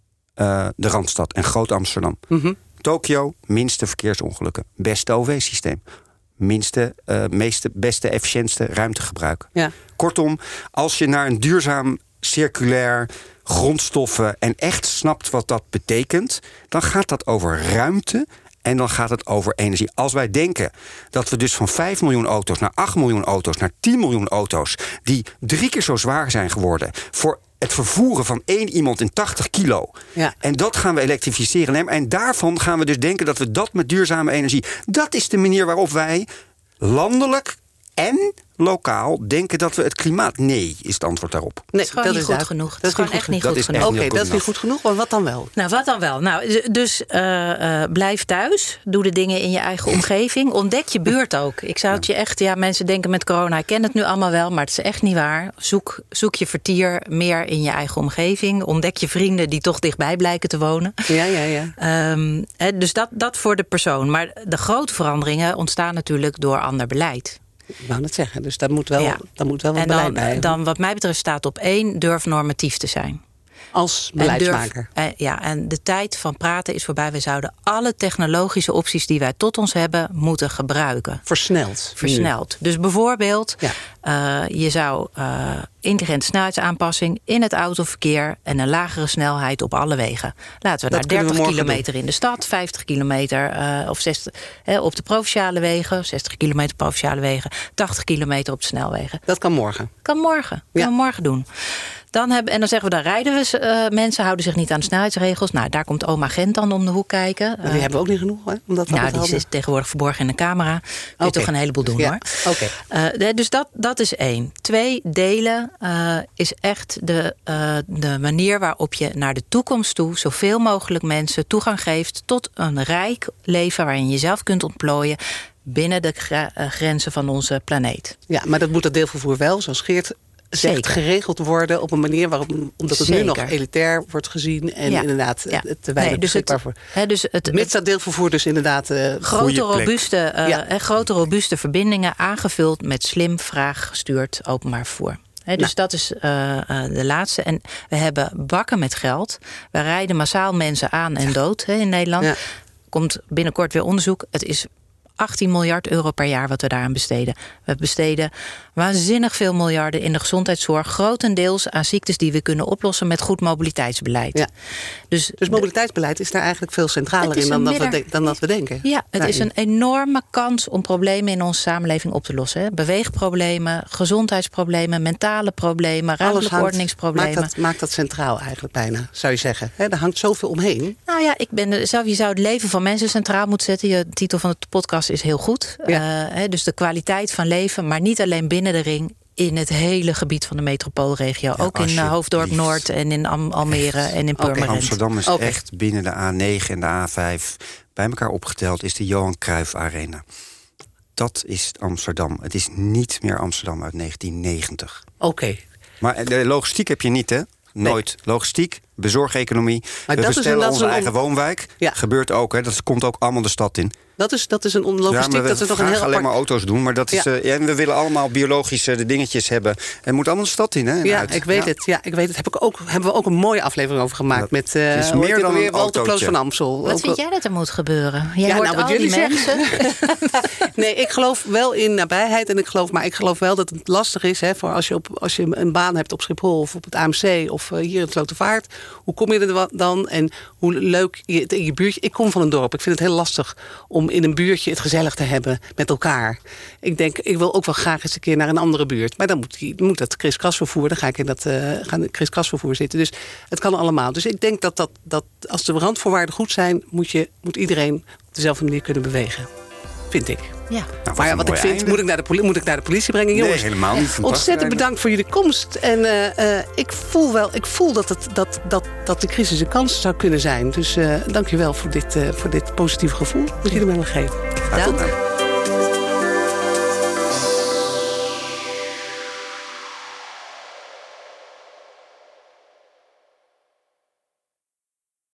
Speaker 3: uh, de Randstad en Groot Amsterdam. Mm-hmm. Tokio, minste verkeersongelukken. Beste O V-systeem. Minste, uh, meeste, beste, efficiëntste ruimtegebruik. Ja. Kortom, als je naar een duurzaam, circulair, grondstoffen en echt snapt wat dat betekent, dan gaat dat over ruimte en dan gaat het over energie. Als wij denken dat we dus van vijf miljoen auto's naar acht miljoen auto's, naar tien miljoen auto's, die drie keer zo zwaar zijn geworden voor het vervoeren van één iemand in tachtig kilo. Ja. En dat gaan we elektrificeren. En daarvan gaan we dus denken dat we dat met duurzame energie... Dat is de manier waarop wij landelijk en lokaal denken dat we het klimaat... Nee, is het antwoord daarop.
Speaker 2: Nee, dat is gewoon dat niet is goed dat, genoeg. Dat, dat is gewoon echt niet goed genoeg.
Speaker 1: Oké, okay, dat is niet goed genoeg, maar wat dan wel?
Speaker 2: Nou, wat dan wel? Nou, dus uh, uh, blijf thuis. Doe de dingen in je eigen omgeving. Ontdek je buurt ook. Ik zou het je echt... Ja, mensen denken met corona, ik ken het nu allemaal wel, maar het is echt niet waar. Zoek, zoek je vertier meer in je eigen omgeving. Ontdek je vrienden die toch dichtbij blijken te wonen.
Speaker 1: Ja, ja, ja.
Speaker 2: Um, dus dat, dat voor de persoon. Maar de grote veranderingen ontstaan natuurlijk door ander beleid.
Speaker 1: Ik wou net zeggen, dus daar moet wel, ja. daar moet wel wat
Speaker 2: en dan,
Speaker 1: beleid bij.
Speaker 2: Dan wat mij betreft staat op één, durf normatief te zijn.
Speaker 1: Als beleidsmaker.
Speaker 2: En durf, eh, ja, en de tijd van praten is voorbij. We zouden alle technologische opties die wij tot ons hebben moeten gebruiken.
Speaker 1: Versneld.
Speaker 2: Versneld. Nu. Dus bijvoorbeeld, ja. uh, je zou uh, intelligente snelheidsaanpassing in het autoverkeer en een lagere snelheid op alle wegen. Laten we dat naar dertig kilometer doen. In de stad, vijftig kilometer uh, of zestig eh, op de provinciale wegen, zestig kilometer provinciale wegen, tachtig kilometer op de snelwegen.
Speaker 1: Dat kan morgen.
Speaker 2: Kan morgen. Ja. Kan we morgen doen. Dan hebben, en dan zeggen we, dan rijden we. Uh, mensen houden zich niet aan de snelheidsregels. Nou, daar komt oma Gent dan om de hoek kijken.
Speaker 1: Uh, die hebben we ook niet genoeg, hè? Omdat
Speaker 2: nou, die zit tegenwoordig verborgen in de camera. Kun je okay. toch een heleboel doen, ja. hoor.
Speaker 1: Okay.
Speaker 2: Uh, dus dat, dat is één. Twee, delen uh, is echt de, uh, de manier waarop je naar de toekomst toe zoveel mogelijk mensen toegang geeft tot een rijk leven waarin je jezelf kunt ontplooien binnen de gra- uh, grenzen van onze planeet.
Speaker 1: Ja, maar dat moet dat deelvervoer wel, zoals Geert zegt, Zeker. geregeld worden op een manier waarop, omdat het Zeker. nu nog elitair wordt gezien en ja. inderdaad ja. te weinig nee, dus beschikbaar voor.
Speaker 2: He, dus het,
Speaker 1: Mits dat deelvervoer dus inderdaad uh,
Speaker 2: grote robuuste, uh, ja. he, grote robuuste verbindingen aangevuld met slim vraaggestuurd openbaar vervoer. He, dus nou. dat is uh, uh, de laatste. En we hebben bakken met geld. We rijden massaal mensen aan en dood he, in Nederland. Ja. Komt binnenkort weer onderzoek. Het is achttien miljard euro per jaar wat we daaraan besteden. We besteden waanzinnig veel miljarden in de gezondheidszorg. Grotendeels aan ziektes die we kunnen oplossen met goed mobiliteitsbeleid. Ja.
Speaker 1: Dus, dus mobiliteitsbeleid is daar eigenlijk veel centraler in dan, midden... dat we de, dan dat we denken.
Speaker 2: Ja, het daarin. is een enorme kans om problemen in onze samenleving op te lossen. Hè. Beweegproblemen, gezondheidsproblemen, mentale problemen, ruimtelijke ordeningsproblemen.
Speaker 1: Maakt dat, maakt dat centraal eigenlijk bijna, zou je zeggen. Hè, er hangt zoveel omheen.
Speaker 2: Nou ja, ik ben zelf, je zou het leven van mensen centraal moeten zetten. Je titel van de podcast is heel goed. Ja. Uh, he, dus de kwaliteit van leven, maar niet alleen binnen de ring, in het hele gebied van de metropoolregio. Ja, ook in uh, Hoofddorp Noord en in Am- Almere echt. en in Purmerend. Okay.
Speaker 3: Amsterdam is
Speaker 2: okay.
Speaker 3: echt binnen de A negen en de A vijf bij elkaar opgeteld is de Johan Cruijff Arena. Dat is Amsterdam. Het is niet meer Amsterdam uit negentien negentig.
Speaker 1: Oké. Okay.
Speaker 3: Maar de logistiek heb je niet, hè? Nooit. Nee. Logistiek, bezorgeconomie. Maar we bestellen onze eigen woonwijk. Ja. Gebeurt ook, hè? Dat komt ook allemaal de stad in.
Speaker 1: Dat is, dat is een onlogistiek,
Speaker 3: ja, we
Speaker 1: dat is nog een heel apart...
Speaker 3: alleen maar auto's doen, maar dat is, ja. Uh, ja, we willen allemaal biologische uh, dingetjes hebben. En moet allemaal de stad in, hè?
Speaker 1: Ja,
Speaker 3: uit.
Speaker 1: ik weet
Speaker 3: ja.
Speaker 1: het. Ja, ik weet het. Heb ik ook, hebben we ook een mooie aflevering over gemaakt. Ja, met uh,
Speaker 3: is meer dan een
Speaker 1: Walter Kloos van Amstel.
Speaker 2: Wat
Speaker 1: ook
Speaker 2: vind jij dat er moet gebeuren? Jij
Speaker 1: ja,
Speaker 2: hoort
Speaker 1: nou, wat
Speaker 2: al
Speaker 1: jullie
Speaker 2: die mensen.
Speaker 1: Nee, ik geloof wel in nabijheid. En ik geloof, maar ik geloof wel dat het lastig is. Hè, voor als je, op, als je een baan hebt op Schiphol of op het A M C of uh, hier in Slotervaart. Hoe kom je er dan? En hoe leuk je het in je buurtje... Ik kom van een dorp. Ik vind het heel lastig om in een buurtje het gezellig te hebben met elkaar. Ik denk, ik wil ook wel graag eens een keer naar een andere buurt. Maar dan moet, die, moet dat kriskasvervoer. Dan ga ik in dat uh, gaan kriskasvervoer zitten. Dus het kan allemaal. Dus ik denk dat, dat, dat als de randvoorwaarden goed zijn... moet, je, moet iedereen op dezelfde manier kunnen bewegen. Vind ik.
Speaker 2: Ja.
Speaker 1: Nou, maar ja, wat ik vind, moet ik, naar de politie, moet ik naar de politie brengen? Jongens,
Speaker 3: nee, helemaal niet.
Speaker 1: Ontzettend bedankt voor jullie komst. En uh, uh, ik voel wel, ik voel dat, het, dat, dat, dat de crisis een kans zou kunnen zijn. Dus uh, dank je wel voor dit, uh, voor dit positieve gevoel dat jullie mij geven.
Speaker 2: Dank.